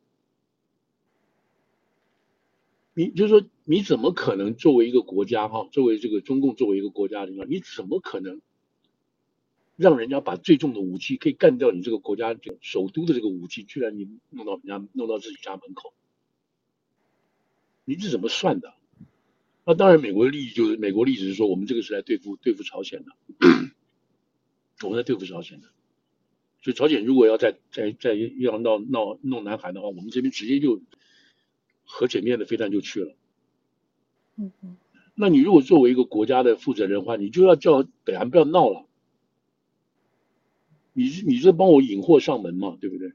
你就是说，你怎么可能作为一个国家哈，作为这个中共作为一个国家的话，你怎么可能让人家把最重的武器可以干掉你这个国家首都的这个武器，居然你弄到人家弄到自己家门口？你是怎么算的？那当然，美国的利益就是美国利益是说，我们这个是来对付对付朝鲜的，我们在对付朝鲜的。所以朝鲜如果要再再再要闹闹弄南韩的话，我们这边直接就核潜面的飞弹就去了。 嗯嗯。 那你如果作为一个国家的负责人的话，你就要叫北韩不要闹了。你是你是帮我引货上门嘛，对不对？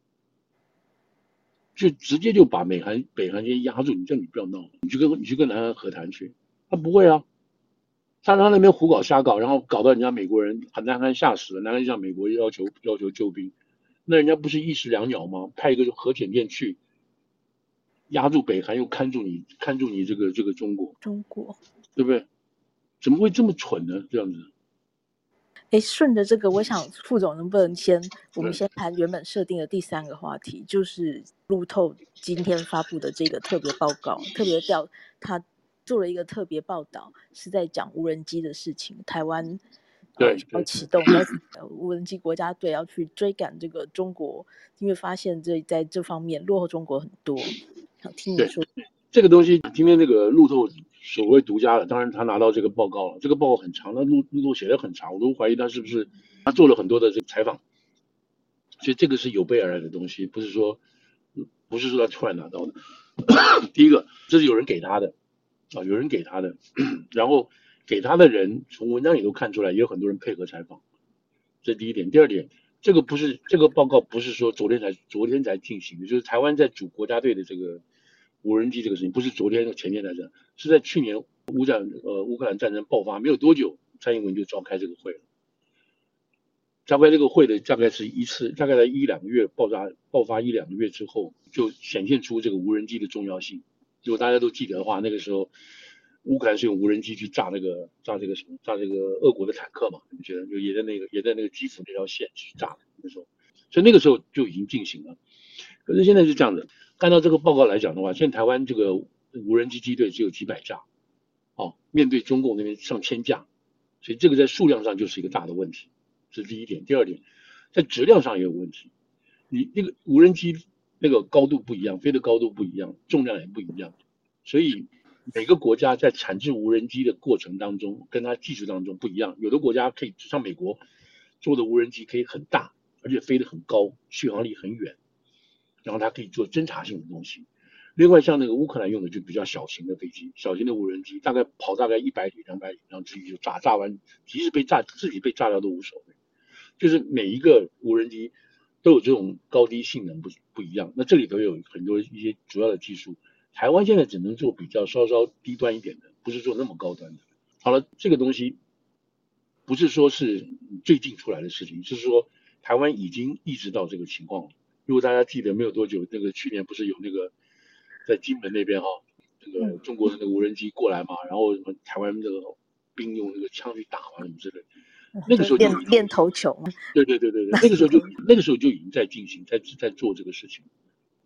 就直接就把美韩北韩先压住，你叫你不要闹，你去跟你去跟南韩和谈去。他不会啊，他他那边胡搞瞎搞，然后搞到人家美国人很南韩吓死了，南韩向美国要求要求救兵，那人家不是一石两鸟吗？派一个核潜舰去压住北韩，又看住你看住你这个这个中国， 中国对不对？怎么会这么蠢呢？这样子。 哎，顺着这个，我想副总能不能先，我们先谈原本设定的第三个话题，就是路透今天发布的这个特别报告，特别调，他做了一个特别报道，是在讲无人机的事情。台湾呃要启动要无人机国家队要去追赶这个中国，因为发现这在这方面落后中国很多。想听你说。 这个东西，今天那个路透所谓独家的，当然他拿到这个报告了，这个报告很长，那路路透写的很长，我都怀疑他是不是他做了很多的这个采访，所以这个是有备而来的东西，不是说不是说他突然拿到的。第一个，这是有人给他的啊，有人给他的，然后给他的人从文章里头看出来，也有很多人配合采访，这是第一点。第二点，这个不是这个报告不是说昨天才昨天才进行的，就是台湾在组国家队的这个无人机这个事情，不是昨天前天才这样，是在去年乌战呃乌克兰战争爆发没有多久，蔡英文就召开这个会了。召开这个会的大概是一次，大概在一两个月爆炸爆发一两个月之后，就显现出这个无人机的重要性。如果大家都记得的话，那个时候乌克兰是用无人机去炸那个炸这个什么炸这个俄国的坦克嘛，你们觉得就也在那个也在那个基辅那条线去炸的那时候，所以那个时候就已经进行了。可是现在是这样的，按照这个报告来讲的话，现在台湾这个无人机机队只有几百架，哦，面对中共那边上千架，所以这个在数量上就是一个大的问题。这是第一点。第二点，在质量上也有问题。你那个无人机那个高度不一样，飞的高度不一样，重量也不一样，所以每个国家在产制无人机的过程当中，跟它技术当中不一样。有的国家可以像美国做的无人机可以很大，而且飞得很高，续航力很远，然后它可以做侦察性的东西。另外，像那个乌克兰用的就比较小型的飞机，小型的无人机，大概跑大概一百里、两百里，然后自己就炸，炸完即使被炸，自己被炸掉都无所谓。就是每一个无人机都有这种高低性能不不一样，那这里头有很多一些主要的技术，台湾现在只能做比较稍稍低端一点的，不是做那么高端的。好了，这个东西不是说是最近出来的事情，就是说台湾已经意识到这个情况了。如果大家记得没有多久，那个去年不是有那个在金门那边哈，这个中国的那个无人机过来嘛，然后什么台湾这个兵用那个枪去打嘛什么之类的。那个时候就练练头球， 对对对对对，那个时候就那个时候就已经在进行，在在做这个事情，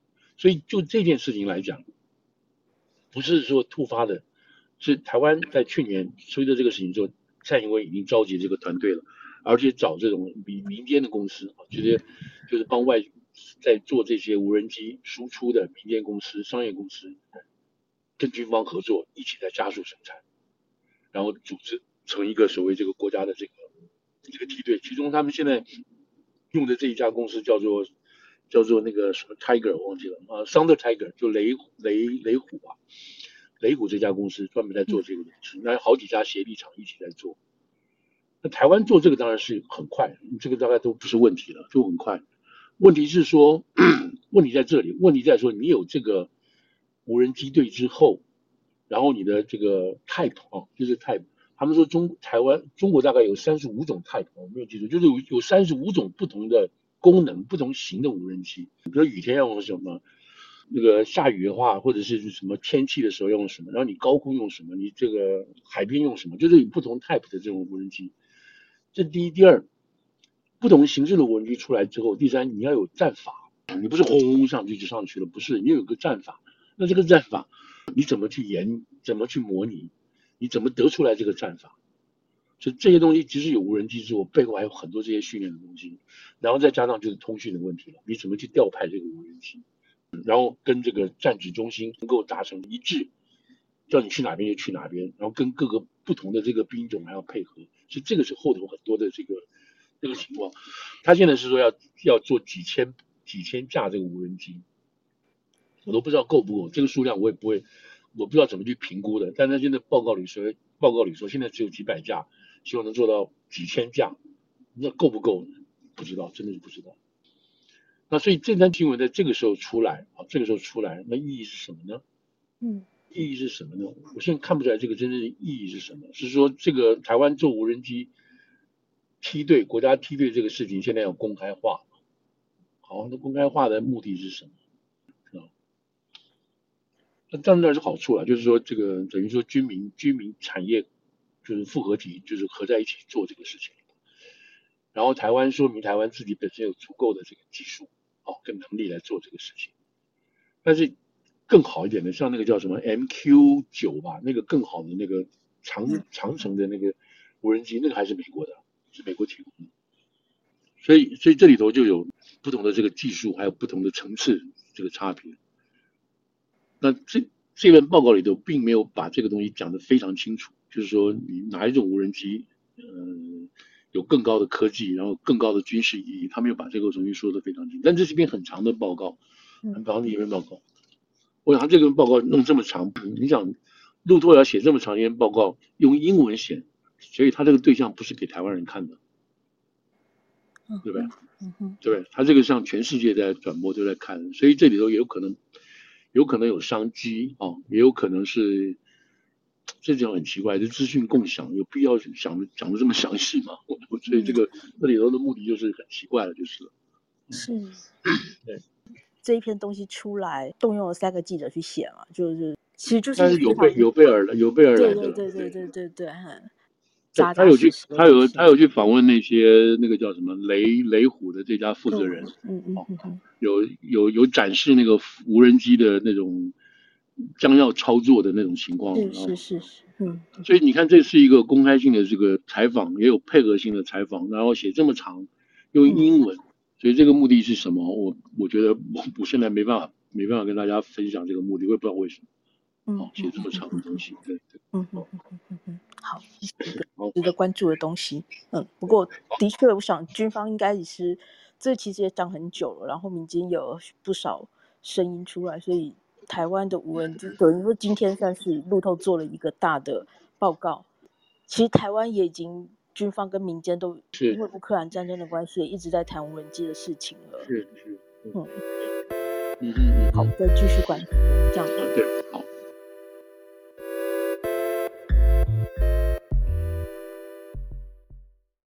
所以就这件事情来讲，不是说突发的，是台湾在去年随着这个事情之后，蔡英文已经召集这个团队了，而且找这种民民间的公司啊，就是就是帮外在做这些无人机输出的民间公司、商业公司，跟军方合作，一起在加速生产，然后组织成一个所谓这个国家的这个这个梯队。其中他们现在用的这一家公司叫做叫做那个什么 Tiger 我忘记了啊 ，Thunder Tiger 就雷雷雷虎啊，雷虎这家公司专门在做这个东西，那有好几家协力厂一起在做。那台湾做这个当然是很快，这个大概都不是问题了，就很快。问题是说，问题在这里，问题在说你有这个无人机队之后，然后你的这个 type 啊，就是 type， 他们说中台湾中国大概有三十五种 type， 我没有记住，就是有有三十五种不同的功能、不同型的无人机，比如说雨天要用什么。那个下雨的话，或者是什么天气的时候用什么，然后你高空用什么，你这个海边用什么，就是有不同 type 的这种无人机。这第一，第二，不同形式的无人机出来之后，第三，你要有战法，你不是轰轰上去就上去了，不是，你有个战法。那这个战法你怎么去研，怎么去模拟，你怎么得出来这个战法？所以这些东西其实有无人机之后，背后还有很多这些训练的东西，然后再加上就是通讯的问题了，你怎么去调派这个无人机？然后跟这个战指中心能够达成一致，叫你去哪边就去哪边，然后跟各个不同的这个兵种还要配合，所以这个是后头很多的这个这个情况。他现在是说要要做几千几千架这个无人机，我都不知道够不够，这个数量我也不会，我不知道怎么去评估的。但他现在报告里说，报告里说现在只有几百架，希望能做到几千架，那够不够？不知道，真的是不知道。那所以这单新闻在这个时候出来啊，这个时候出来，那意义是什么呢？ 嗯， 意义是什么呢？我现在看不出来这个真正的意义是什么。是说这个台湾做无人机梯队，国家梯队这个事情现在要公开化。好，那公开化的目的是什么？啊，那当然是好处了，就是说这个等于说军民军民产业就是复合体，就是合在一起做这个事情。然后台湾说明台湾自己本身有足够的这个技术。哦，跟能力来做这个事情，但是更好一点的，像那个叫什么 M Q 九 吧，那个更好的那个长长程的那个无人机，那个还是美国的，是美国提供的。所以，所以这里头就有不同的这个技术，还有不同的层次这个差别。那这这份报告里头并没有把这个东西讲得非常清楚，就是说你哪一种无人机，嗯、呃。有更高的科技，然后更高的军事意义，他没有把这个东西说得非常清楚。但这是一篇很长的报告，很长的一篇报告。我想他这个报告弄这么长，你想路透要写这么长一篇报告，用英文写，所以他这个对象不是给台湾人看的，对不对？对不对？他这个向全世界在转播都在看，所以这里头也有可能，有可能有商机啊、哦，也有可能是。这种很奇怪，就资讯共享有必要讲讲的这么详细吗？我所以这个那里头的目的就是很奇怪了，就是了。 是， 对， 这一篇东西出来，动用了三个记者去写嘛，就是其实就是但是有备有备而来，有备而来的了。 对对对对对对对， 他他有去他有他有去访问那些那个叫什么雷雷虎的这家负责人， 嗯嗯嗯嗯， 有有有展示那个无人机的那种。将要操作的那种情况， 是是是是，嗯， 所以你看，这是一个公开性的这个采访，也有配合性的采访，然后写这么长，用英文，嗯、所以这个目的是什么？我我觉得我我现在没办法没办法跟大家分享这个目的，我也不知道为什么。嗯，哦、写这么长的东西，对对， 嗯嗯嗯嗯嗯嗯，好，值得关注的东西，嗯，不过的确，我想军方应该也是，这其实也讲很久了，然后民间有不少声音出来，所以。台湾的无人机等于说今天算是路透做了一个大的报告。其实台湾也已经军方跟民间都因为乌克兰战争的关系，也一直在谈无人机的事情了。 是是， 嗯嗯嗯嗯， 好，再继续关注这样子。 对，好。